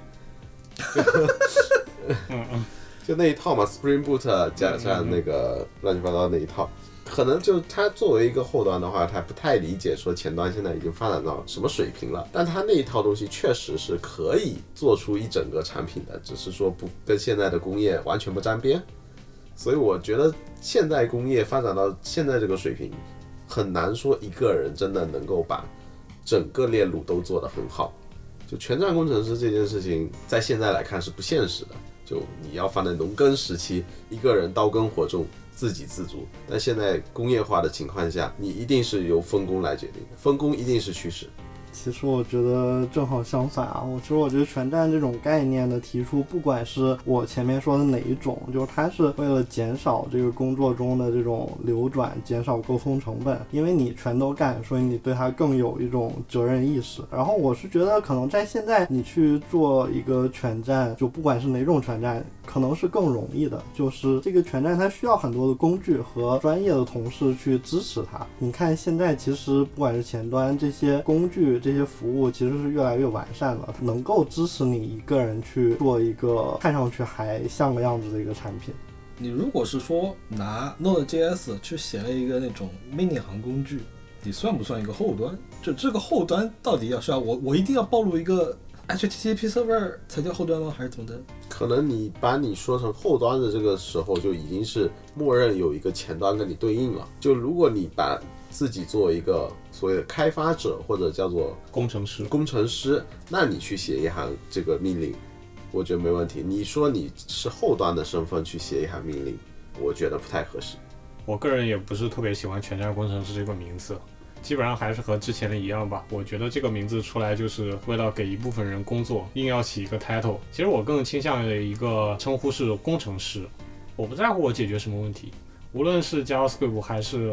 就那一套嘛 ，Spring Boot 加上那个乱七八糟那一套。可能就他作为一个后端的话，他不太理解说前端现在已经发展到什么水平了，但他那一套东西确实是可以做出一整个产品的，只是说不跟现在的工业完全不沾边。所以我觉得现在工业发展到现在这个水平，很难说一个人真的能够把整个链路都做得很好。就全站工程师这件事情在现在来看是不现实的，就你要放在农耕时期，一个人刀耕火种自给自足，但现在工业化的情况下，你一定是由分工来决定，分工一定是趋势。 其实我觉得正好相反啊，我觉得全站这种概念的提出，不管是我前面说的哪一种，就是它是为了减少这个工作中的这种流转，减少沟通成本，因为你全都干，所以你对它更有一种责任意识。然后我是觉得可能在现在你去做一个全站，就不管是哪种全站，可能是更容易的，就是这个全站它需要很多的工具和专业的同事去支持它。你看现在其实不管是前端这些工具这些服务其实是越来越完善了，能够支持你一个人去做一个看上去还像个样子的一个产品。 你如果是说拿 Node.js 去写了一个那种 mini 行工具，你算不算一个后端？就这个后端到底要我一定要暴露一个 HTTP server 才叫后端吗？还是怎么的？ 可能你把你说成后端的这个时候，就已经是默认有一个前端跟你对应了。就如果你把自己作为一个所谓的开发者或者叫做工程师， 那你去写一行这个命令，我觉得没问题。你说你是后端的身份去写一行命令，我觉得不太合适。 我个人也不是特别喜欢全站工程师这个名字，基本上还是和之前的一样吧。我觉得这个名字出来就是为了给一部分人工作，硬要起一个 title。其实我更倾向于一个称呼是工程师，我不在乎我解决什么问题，无论是 JavaScript 还是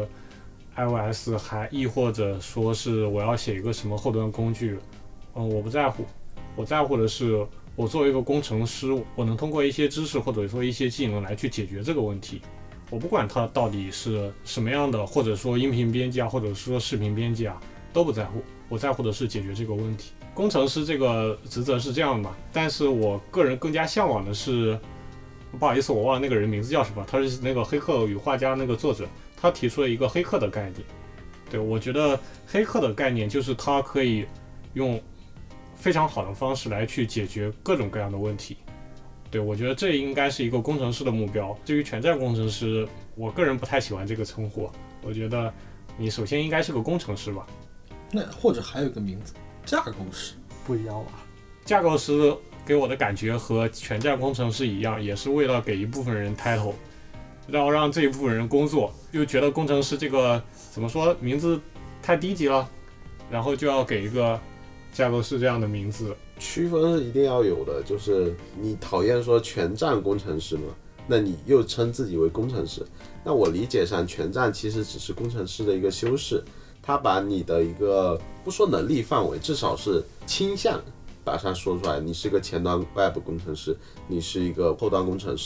iOS， 还亦或者说是我要写一个什么后端工具，我不在乎。我在乎的是我作为一个工程师，我能通过一些知识或者说一些技能来去解决这个问题。我不管它到底是什么样的，或者说音频编辑啊，或者说视频编辑啊，都不在乎。我在乎的是解决这个问题。工程师这个职责是这样的，但是我个人更加向往的是，不好意思，我忘了那个人名字叫什么，他是那个《黑客与画家》那个作者，他提出了一个黑客的概念。对，我觉得黑客的概念就是他可以用非常好的方式来去解决各种各样的问题。对，我觉得这应该是一个工程师的目标。至于全站工程师，我个人不太喜欢这个称呼。我觉得你首先应该是个工程师吧。 那或者还有一个名字，架构师， 不一样吧？ 架构师给我的感觉和全站工程师一样，也是为了给一部分人 title， 然后让这一部分人工作，又觉得工程师这个怎么说名字太低级了，然后就要给一个架构师这样的名字。 区分是一定要有的，就是你讨厌说全站工程师嘛，那你又称自己为工程师，那我理解上全站其实只是工程师的一个修饰，他把你的一个不说能力范围，至少是倾向把它说出来，你是一个前端 Web 工程师，你是一个后端工程师，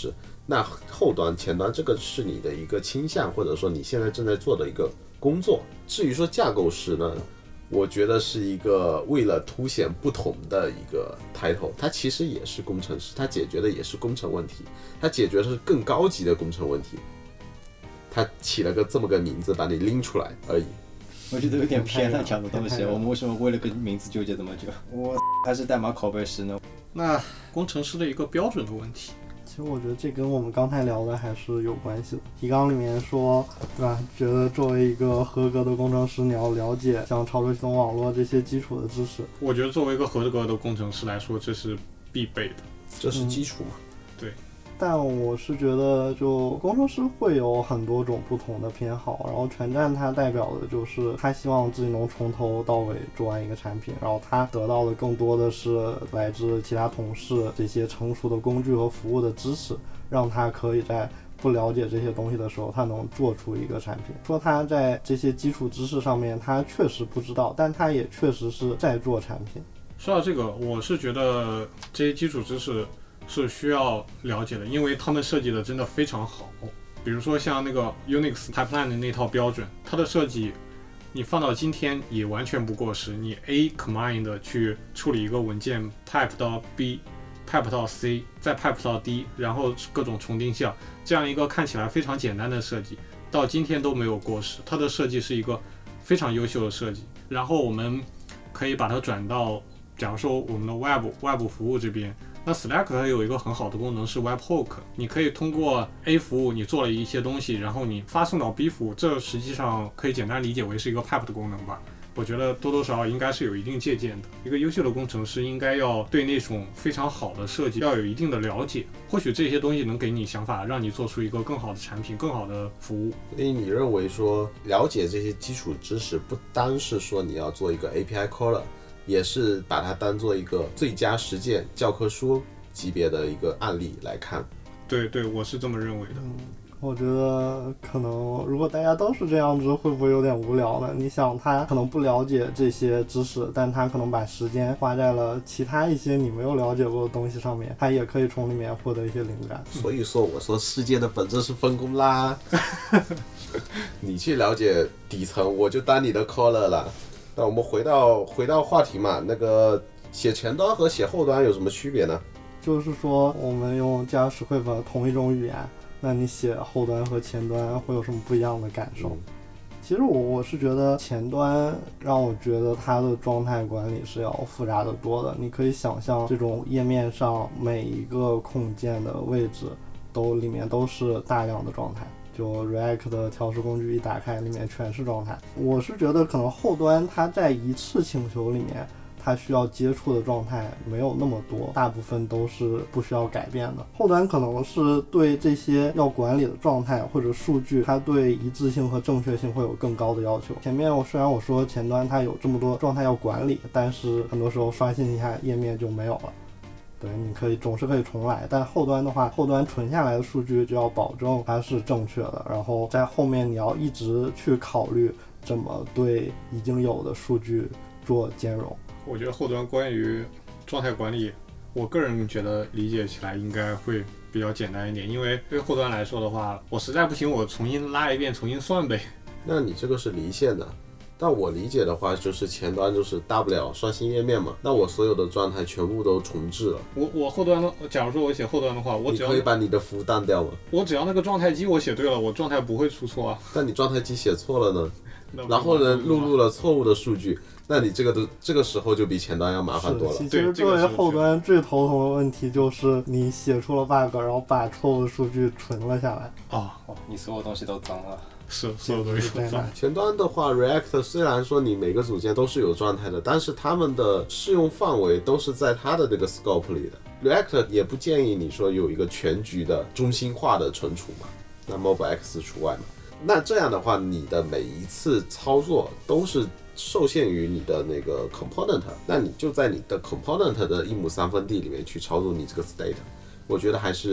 那后端前端这个是你的一个倾向，或者说你现在正在做的一个工作。至于说架构师呢，我觉得是一个为了凸显不同的一个 title， 它其实也是工程师，它解决的也是工程问题，它解决的是更高级的工程问题，它起了个这么个名字把你拎出来而已。 我觉得有点偏了讲的东西，我们为什么为了个名字纠结这么久？我还是代码拷贝师呢。 那工程师的一个标准的问题， 其实我觉得这跟我们刚才聊的还是有关系的。提纲里面说，对吧？觉得作为一个合格的工程师，你要了解像操作系统网络这些基础的知识。 我觉得作为一个合格的工程师来说，这是必备的， 这是基础嘛。 对。 但我是觉得，就工程师会有很多种不同的偏好，然后全站它代表的就是他希望自己能从头到尾做完一个产品，然后他得到的更多的是来自其他同事这些成熟的工具和服务的知识，让他可以在不了解这些东西的时候，他能做出一个产品。说他在这些基础知识上面他确实不知道，但他也确实是在做产品。 说到这个，我是觉得这些基础知识是需要了解的，因为他们设计的真的非常好。比如说像那个 Unix pipeline 的那套标准，它的设计你放到今天也完全不过时。你 A command 的去处理一个文件 pipe 到 B pipe 到 C 再 pipe 到 D， 然后各种重定项，这样一个看起来非常简单的设计到今天都没有过时。它的设计是一个非常优秀的设计。然后我们可以把它转到假如说我们的外部服务这边，那 Slack 它有一个很好的功能是 Webhook， 你可以通过 A 服务你做了一些东西，然后你发送到 B 服务，这实际上可以简单理解为是一个 pipe 的功能吧。我觉得多多少少应该是有一定借鉴的。一个优秀的工程师应该要对那种非常好的设计要有一定的了解，或许这些东西能给你想法，让你做出一个更好的产品，更好的服务。 所以你认为说了解这些基础知识不单是说你要做一个 API caller，也是把它当做一个最佳实践教科书级别的一个案例来看。 对对，我是这么认为的。 我觉得可能如果大家都是这样子，会不会有点无聊呢？你想，他可能不了解这些知识，但他可能把时间花在了其他一些你没有了解过的东西上面，他也可以从里面获得一些灵感。 所以说我说世界的本质是分工啦。你去了解底层，我就当你的 caller 了。那我们回到话题嘛，那个写前端和写后端有什么区别呢？ 就是说我们用 JavaScript 同一种语言，那你写后端和前端会有什么不一样的感受？其实我是觉得前端让我觉得它的状态管理是要复杂的多的。你可以想象这种页面上每一个空间的位置里面都是大量的状态，就 React 的调试工具一打开，里面全是状态。我是觉得可能后端它在一次请求里面它需要接触的状态没有那么多，大部分都是不需要改变的。后端可能是对这些要管理的状态或者数据，它对一致性和正确性会有更高的要求。前面虽然我说前端它有这么多状态要管理，但是很多时候刷新一下页面就没有了。对，你总是可以重来，但后端的话，后端存下来的数据就要保证它是正确的，然后在后面你要一直去考虑怎么对已经有的数据做兼容。 我觉得后端关于状态管理，我个人觉得理解起来应该会比较简单一点，因为对后端来说的话，我实在不行我重新拉一遍重新算呗。 那你这个是离线的，但我理解的话就是前端就是大不了刷新页面嘛，那我所有的状态全部都重置了。 我后端的，假如说我写后端的话，我只要你可以把你的服务当掉吗？ 我只要那个状态机我写对了，我状态不会出错啊。 但你状态机写错了呢？然后呢，录入了错误的数据，那你这个时候就比前端要麻烦多了。 其实作为后端最头疼的问题就是你写出了 bug， 然后把错误的数据存了下来。 你所有东西都脏了。 是，所有东西都脏。 前端的话 ，React 虽然说你每个组件都是有状态的，但是它们的适用范围都是在它的这个 scope 里的。React 也不建议你说有一个全局的中心化的存储嘛，那 MobileX 除外嘛。那这样的话，你的每一次操作都是受限于你的那个 component， 那你就在你的 component 的1亩3分地里面去操作你这个 state， 我觉得还是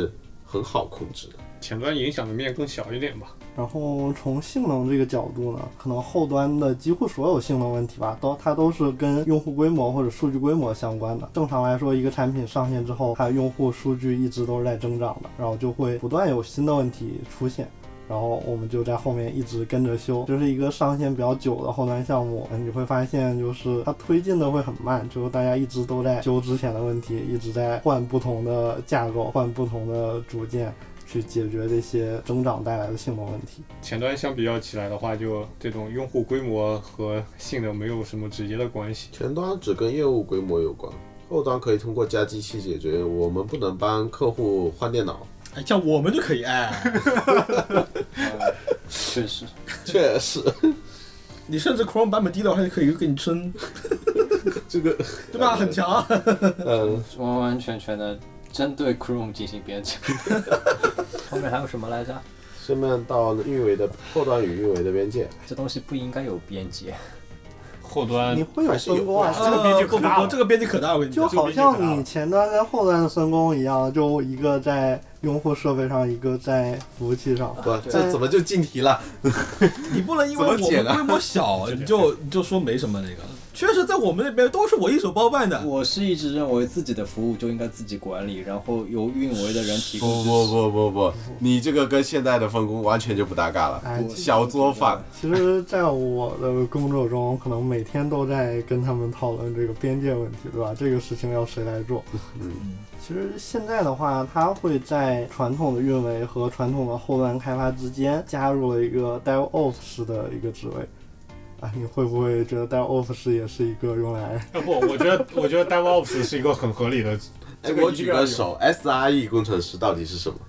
很好控制的， 前端影响的面更小一点吧。 然后从性能这个角度呢，可能后端的几乎所有性能问题吧，它都是跟用户规模或者数据规模相关的。正常来说，一个产品上线之后，它用户数据一直都是在增长的，然后就会不断有新的问题出现。然后我们就在后面一直跟着修，就是一个上线比较久的后端项目，你会发现就是它推进的会很慢，就是大家一直都在修之前的问题，一直在换不同的架构，换不同的组件去解决这些增长带来的性能问题。 前端相比较起来的话，就这种用户规模和性能没有什么直接的关系。 前端只跟业务规模有关，后端可以通过加机器解决。我们不能帮客户换电脑， 像我们就可以确实， 你甚至 Chrome 版本低的话，它就可以给你升， 这个对吧？很强。 完完全全的针对 Chrome 进行编程。后面还有什么来着？ 顺便到运维的后端与运维的边界， 这东西不应该有边界。 后端你会有分工啊， 这个边界可大了， 这个边界可大，我跟你就好像你前端跟后端的分工一样，就一个在用户设备上，一个在服务器上。 不，这怎么就进题了？ 你不能因为我们规模小，你就说没什么那个。确实，在我们那边都是我一手包办的。 我是一直认为自己的服务就应该自己管理，然后由运维的人提供。 不，你这个跟现在的分工完全就不搭嘎了。小作坊。 其实，在我的工作中，可能每天都在跟他们讨论这个边界问题，对吧？这个事情要谁来做？其实现在的话，它会在传统的运维和传统的后端开发之间加入了一个 DevOps 的一个职位。你会不会觉得 DevOps 也是一个用来？ 不，我觉得 DevOps 是一个很合理的。 我举个手 ，SRE 工程师到底是什么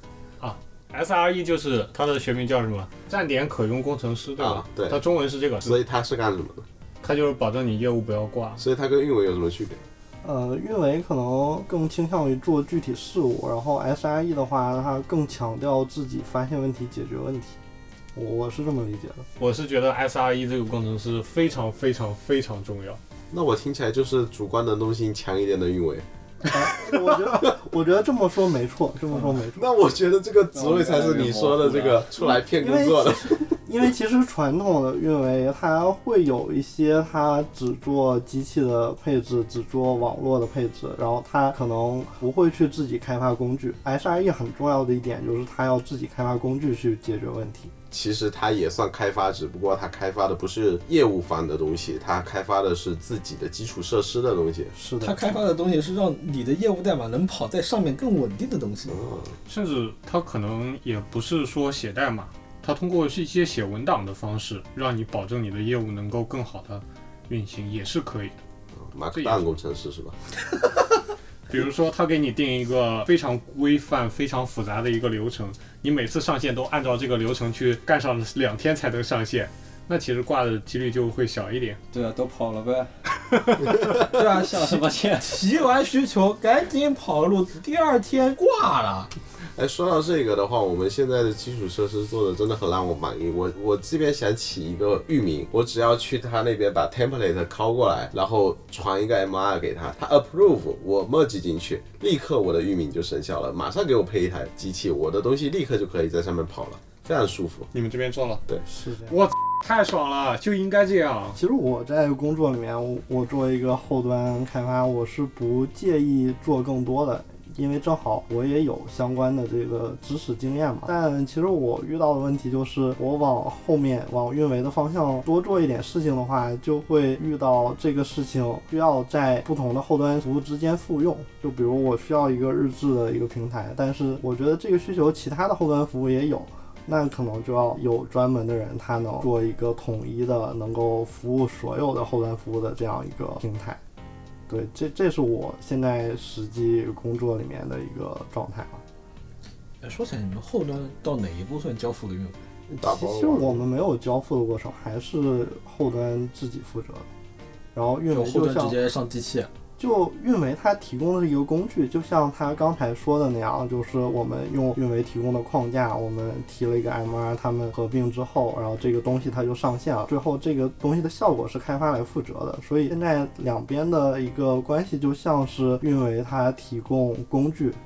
？SRE 就是它的学名叫什么？站点可用工程师，对吧？ 对， 它中文是这个。 所以它是干什么的？ 它就是保证你业务不要挂。 所以它跟运维有什么区别？ 运维可能更倾向于做具体事务，然后 SRE 的话，它更强调自己发现问题、解决问题。我是这么理解的。我是觉得 SRE 这个工程师非常非常非常重要。 那我听起来就是主观能动性强一点的运维。 我觉得这么说没错， 那我觉得这个职位才是你说的这个出来骗工作的。 因为其实传统的运维它会有一些它只做机器的配置，只做网络的配置，然后它可能不会去自己开发工具。SRE 很重要的一点就是它要自己开发工具去解决问题。 其实它也算开发，只不过它开发的不是业务方的东西，它开发的是自己的基础设施的东西。 是的， 它开发的东西是让你的业务代码能跑在上面更稳定的东西。 甚至它可能也不是说写代码，它通过一些写文档的方式，让你保证你的业务能够更好的运行，也是可以的。 马克蛋工程师是吧？ 比如说，他给你定一个非常规范、非常复杂的一个流程，你每次上线都按照这个流程去干上2天才能上线，那其实挂的几率就会小一点。 对啊，都跑了呗。 对啊， 想什么线？ 提完需求赶紧跑路，第2天挂了。 说到这个的话，我们现在的基础设施做的真的很让我满意。我这边想起一个域名，我只要去他那边把 template 拷过来，然后传一个 MR 给他，他 approve， 我 merge 进去，立刻我的域名就生效了，马上给我配一台机器，我的东西立刻就可以在上面跑了，非常舒服。 你们这边做了？ 对， 是这样。 我太爽了，就应该这样。 其实我在工作里面，我作为一个后端开发，我是不介意做更多的。因为正好我也有相关的这个知识经验嘛，但其实我遇到的问题就是，我往后面往运维的方向多做一点事情的话，就会遇到这个事情需要在不同的后端服务之间复用。就比如我需要一个日志的一个平台，但是我觉得这个需求其他的后端服务也有，那可能就要有专门的人，他能做一个统一的，能够服务所有的后端服务的这样一个平台。对，这是我现在实际工作里面的一个状态了。 说起来，你们后端到哪一步算交付的运维？ 其实我们没有交付的过程，还是后端自己负责的。然后运维后端直接上机器。 就运维它提供的是一个工具，就像他刚才说的那样，就是我们用运维提供的框架，我们提了一个 MR， 他们合并之后，然后这个东西它就上线了，最后这个东西的效果是开发来负责的。所以现在两边的一个关系就像是运维它提供工具，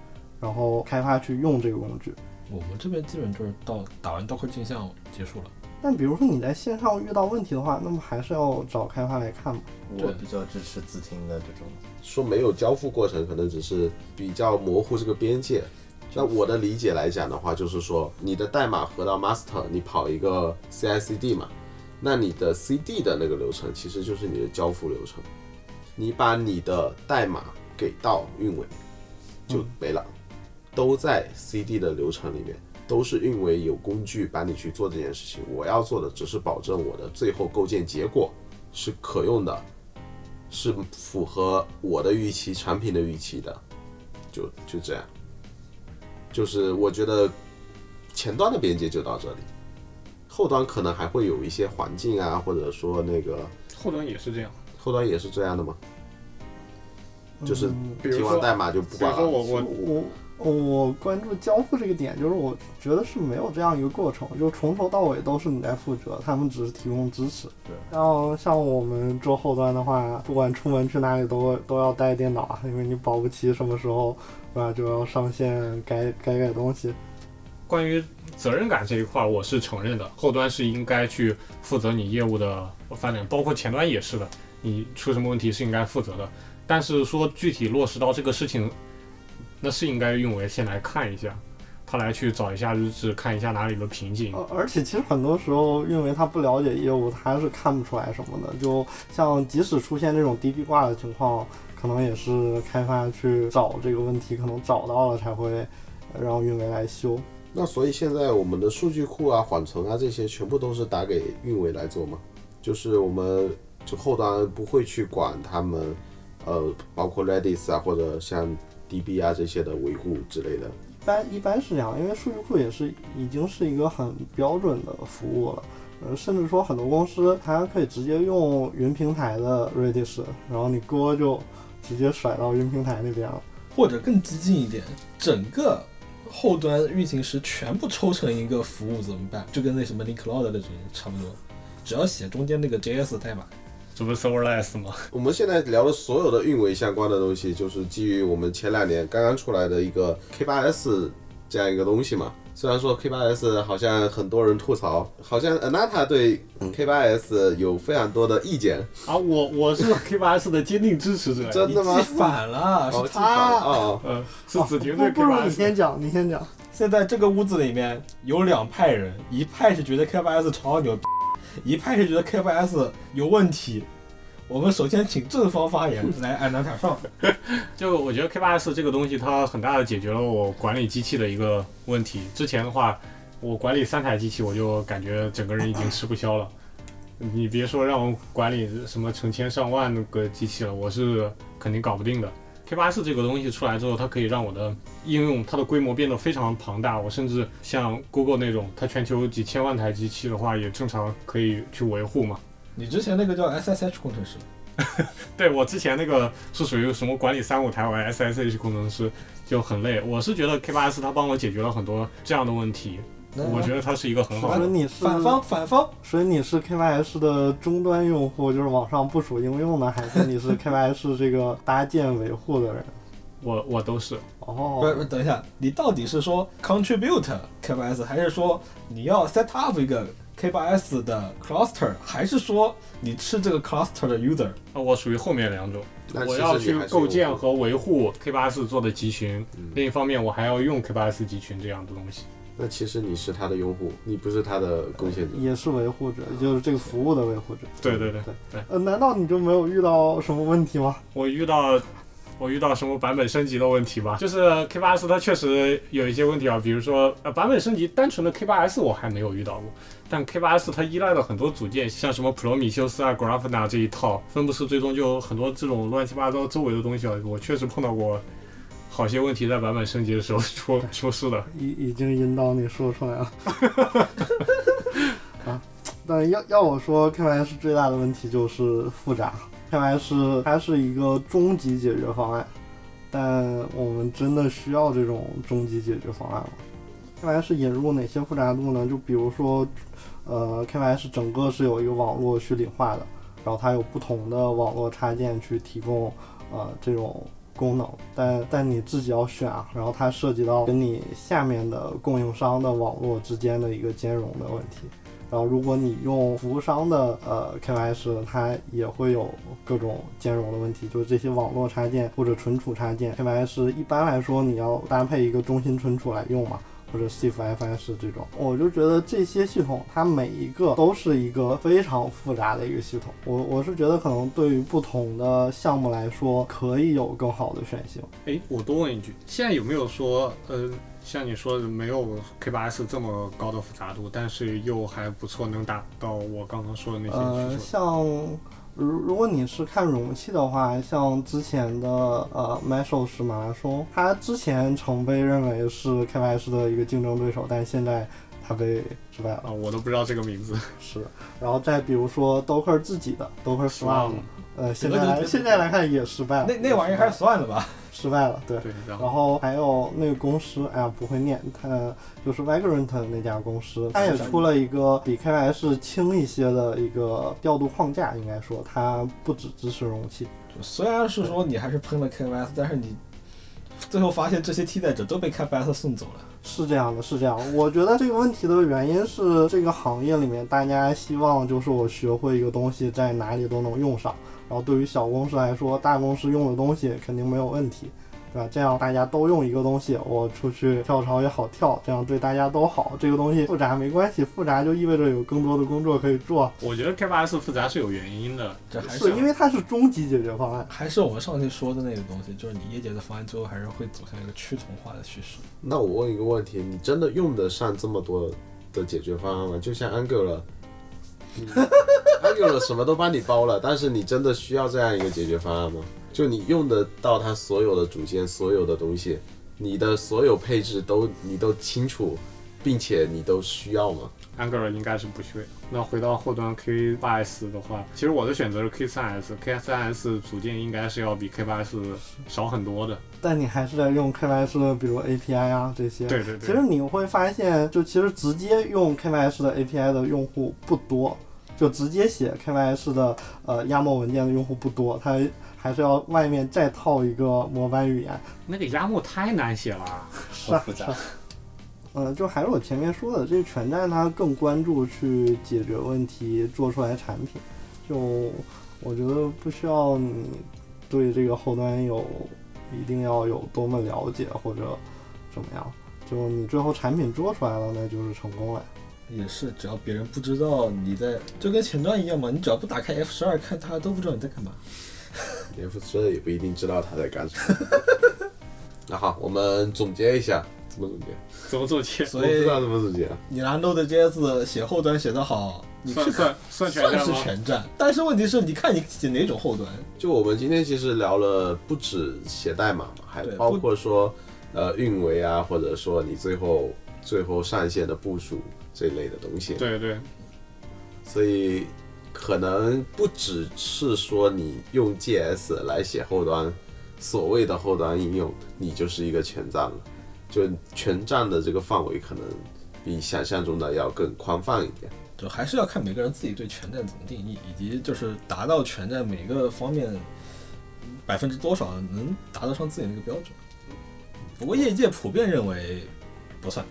然后开发去用这个工具。 我们这边基本就是打完 Docker 镜像结束了。 但比如说你在线上遇到问题的话，那么还是要找开发来看嘛。 我比较支持自听的这种。 说没有交付过程，可能只是比较模糊这个边界。那我的理解来讲的话，就是说你的代码合到 master， 你跑一个 CI/CD 嘛，那你的 CD 的那个流程其实就是你的交付流程。你把你的代码给到运维就没了，都在 CD 的流程里面，都是运维有工具帮你去做这件事情。我要做的只是保证我的最后构建结果是可用的，是符合我的预期、产品的预期的，就这样。就是我觉得前端的边界就到这里，后端可能还会有一些环境啊，或者说那个后端也是这样。 后端也是这样的吗？就是提完代码就不管了。 比如说我关注交付这个点，就是我觉得是没有这样一个过程，就从头到尾都是你在负责，他们只是提供支持。 对。 然后像我们做后端的话，不管出门去哪里都要带电脑啊，因为你保不齐什么时候就要上线改东西。 关于责任感这一块，我是承认的，后端是应该去负责你业务的发展，包括前端也是的，你出什么问题是应该负责的。但是说具体落实到这个事情，那是应该运维先来看一下，他来去找一下日志，看一下哪里的瓶颈。 而且其实很多时候运维他不了解业务，他是看不出来什么的。就像即使出现这种 DB 挂的情况，可能也是开发去找这个问题，可能找到了才会让运维来修。 那所以现在我们的数据库啊、缓存啊这些全部都是打给运维来做吗？就是我们就后端不会去管他们，包括 Redis 啊或者像 DB 啊这些的维护之类的。 一般是这样，因为数据库也是已经是一个很标准的服务了。甚至说很多公司它可以直接用云平台的 Redis， 然后你锅就直接甩到云平台那边了。 或者更激进一点，整个后端运行时全部抽成一个服务怎么办？就跟那什么 Linkcloud 那种差不多，只要写中间那个 JS 代码。 这不是 serverless 吗？ 我们现在聊的所有的运维相关的东西，就是基于我们前2年刚刚出来的一个 K8S 这样一个东西嘛。虽然说 K8S 好像很多人吐槽，好像 Anata 对 K8S 有非常多的意见啊。我是 K8S 的坚定支持者。 真的吗？ 你记反了，是他。 是子婷对 K8S。 不如你先讲。 现在这个屋子里面有2派人，一派是觉得 K8S 超牛逼，一派是觉得 K8S 有问题。我们首先请正方发言，来按南塔上。 就我觉得 K8S 这个东西，它很大的解决了我管理机器的一个问题。之前的话，我管理3台机器，我就感觉整个人已经吃不消了。你别说让我管理什么成千上万个机器了，我是肯定搞不定的。K8S 这个东西出来之后，它可以让我的应用它的规模变得非常庞大。我甚至像 Google 那种，它全球几千万台机器的话，也正常可以去维护嘛。 你之前那个叫 SSH 工程师。 对，我之前那个是属于什么管理3-5台玩 SSH 工程师，就很累。我是觉得 K8S 它帮我解决了很多这样的问题，我觉得它是一个很好的。 所以你是反方， 所以你是 K8S 的终端用户，就是网上部署应用的，还是你是 K8S 这个搭建维护的人？ 我都是。 哦， 不，等一下，你到底是说 contribute K8S， 还是说你要 set up 一个K8S 的 cluster， 还是说你是这个 cluster 的 user？ 我属于后面2种，我要去构建和维护 K8S 做的集群，另一方面我还要用 K8S 集群这样的东西。 那其实你是他的用户，你不是他的贡献者， 也是维护者，就是这个服务的维护者。 对。 难道你就没有遇到什么问题吗？ 我遇到什么版本升级的问题吧，就是 K8S 它确实有一些问题啊，比如说版本升级，单纯的 K8S 我还没有遇到过，但 K8S 它依赖的很多组件，像什么普罗米修斯啊、Grafana 这一套分布式追踪，就很多这种乱七八糟周围的东西啊，我确实碰到过好些问题，在版本升级的时候出事的。 已经引导你说出来了。但要我说 K8S 最大的问题就是复杂。K8S 它是一个终极解决方案，但我们真的需要这种终极解决方案吗？ K8S 引入哪些复杂度呢？就比如说K8S 整个是有一个网络虚拟化的，然后它有不同的网络插件去提供这种功能，但你自己要选啊，然后它涉及到跟你下面的供应商的网络之间的一个兼容的问题。然后如果你用服务商的KYS， 它也会有各种兼容的问题，就是这些网络插件或者存储插件 KYS 一般来说你要搭配一个中心存储来用嘛，或者 CFFS 这种，我就觉得这些系统它每一个都是一个非常复杂的一个系统。我是觉得可能对于不同的项目来说可以有更好的选型。 我多问一句，现在有没有说像你说的没有 K8S 这么高的复杂度，但是又还不错，能达到我刚刚说的那些需求？ 像如果你是看容器的话，像之前的Mesos 马拉松，它之前曾被认为是 K8S 的一个竞争对手，但现在它被失败了。 我都不知道这个名字。 是，然后再比如说 Docker 自己的 Docker Swarm，现在来看也失败了。 那玩意儿还是算了吧。 失败了，对。然后还有那个公司，不会念，它就是 Vagrant 那家公司，它也出了一个比 KYS 轻一些的一个调度框架，应该说它不只支持容器。 虽然是说你还是喷了 KYS， 但是你最后发现这些替代者都被 KYS 送走了。 是这样的，是这样。我觉得这个问题的原因是这个行业里面大家希望就是我学会一个东西在哪里都能用上。然后对于小公司来说，大公司用的东西肯定没有问题，对吧？这样大家都用一个东西，我出去跳槽也好跳，这样对大家都好。这个东西复杂没关系，复杂就意味着有更多的工作可以做。 我觉得 K8S 复杂是有原因的， 这还是因为它是终极解决方案。 还是我们上期说的那个东西，就是你业界的方案最后还是会走向一个趋同化的趋势。 那我问一个问题，你真的用得上这么多的解决方案吗？就像 Angular。Angular 什么都帮你包了，但是你真的需要这样一个解决方案吗？就你用得到它所有的组件，所有的东西，你的所有配置你都清楚，并且你都需要吗？ Angular 应该是不需要。那回到后端 K8S 的话，其实我的选择是 K3S 组件应该是要比 K8S 少很多的。 但你还是在用 K8S 的，比如 API 啊这些。 对。 其实你会发现，就其实直接用 K8S 的 API 的用户不多。就直接写 KYS 的压模文件的用户不多，它还是要外面再套一个模板语言。 那个压模太难写了， 好复杂。 就还是我前面说的，这个全站它更关注去解决问题，做出来产品。就我觉得不需要你对这个后端一定要有多么了解或者怎么样，就你最后产品做出来了，那就是成功了。 也是，只要别人不知道你在，就跟前端一样嘛，你只要不打开 F12 看，他都不知道你在干嘛。 F12也不一定知道他在干什么。那好，我们总结一下，怎么总结？ 怎么总结？ 所以我不知道怎么总结。 你拿 Node.js 写后端写得好，你算全站吗？ 算是全站。但是问题是，你看你写哪种后端？ 就我们今天其实聊了不止写代码嘛，还包括说运维啊，或者说你最后上线的部署这类的东西。 对。 所以可能不只是说你用 JS 来写后端，所谓的后端应用，你就是一个全站了。就全站的这个范围可能比想象中的要更宽泛一点。 就还是要看每个人自己对全站怎么定义，以及就是达到全站每个方面多少能达得上自己那个标准。不过业界普遍认为不算。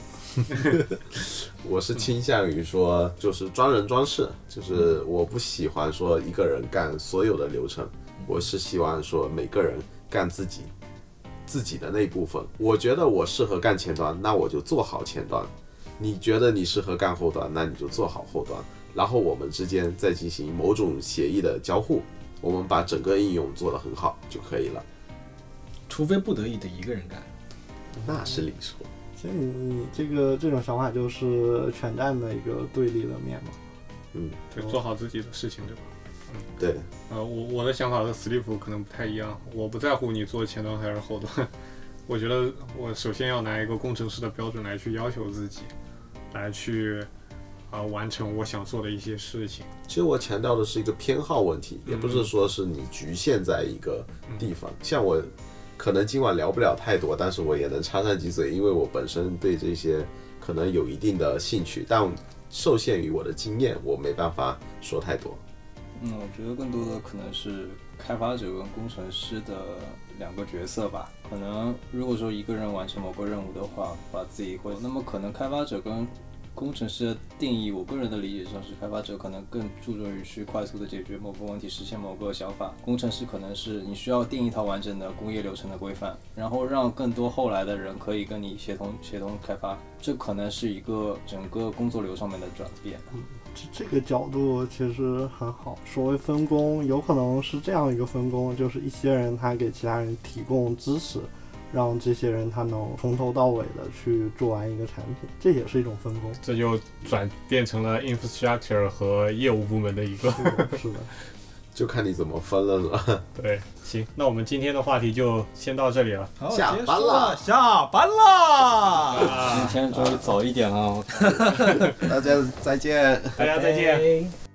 我是倾向于说，就是专人专事，就是我不喜欢说一个人干所有的流程，我是希望说每个人干自己的那部分。我觉得我适合干前端，那我就做好前端；你觉得你适合干后端，那你就做好后端。然后我们之间再进行某种协议的交互，我们把整个应用做得很好就可以了。 除非不得已得一个人干， 那是另说。 其实你这种想法就是全站的一个对立的面嘛。 对，做好自己的事情，对吧？ 对。 我的想法和 Sleep 可能不太一样，我不在乎你做前端还是后端，我觉得我首先要拿一个工程师的标准来去要求自己，来去完成我想做的一些事情。 其实我强调的是一个偏好问题，也不是说是你局限在一个地方。像我可能今晚聊不了太多，但是我也能插上几嘴，因为我本身对这些可能有一定的兴趣，但受限于我的经验，我没办法说太多。 我觉得更多的可能是开发者跟工程师的两个角色吧。可能如果说一个人完成某个任务的话，把自己会，那么可能开发者跟工程师的定义，我个人的理解上是，开发者可能更注重于去快速的解决某个问题，实现某个想法；工程师可能是你需要定一套完整的工业流程的规范，然后让更多后来的人可以跟你协同开发。这可能是一个整个工作流上面的转变。 这个角度其实很好。所谓分工，有可能是这样一个分工，就是一些人他给其他人提供支持，让这些人他能从头到尾的去做完一个产品，这也是一种分工。 这就转变成了 infrastructure 和业务部门的一个。 是的， 就看你怎么分了，是吧？ 对，行，那我们今天的话题就先到这里了。 好， 下班了， 下班了。 今天终于早一点了， 大家再见， 大家再见。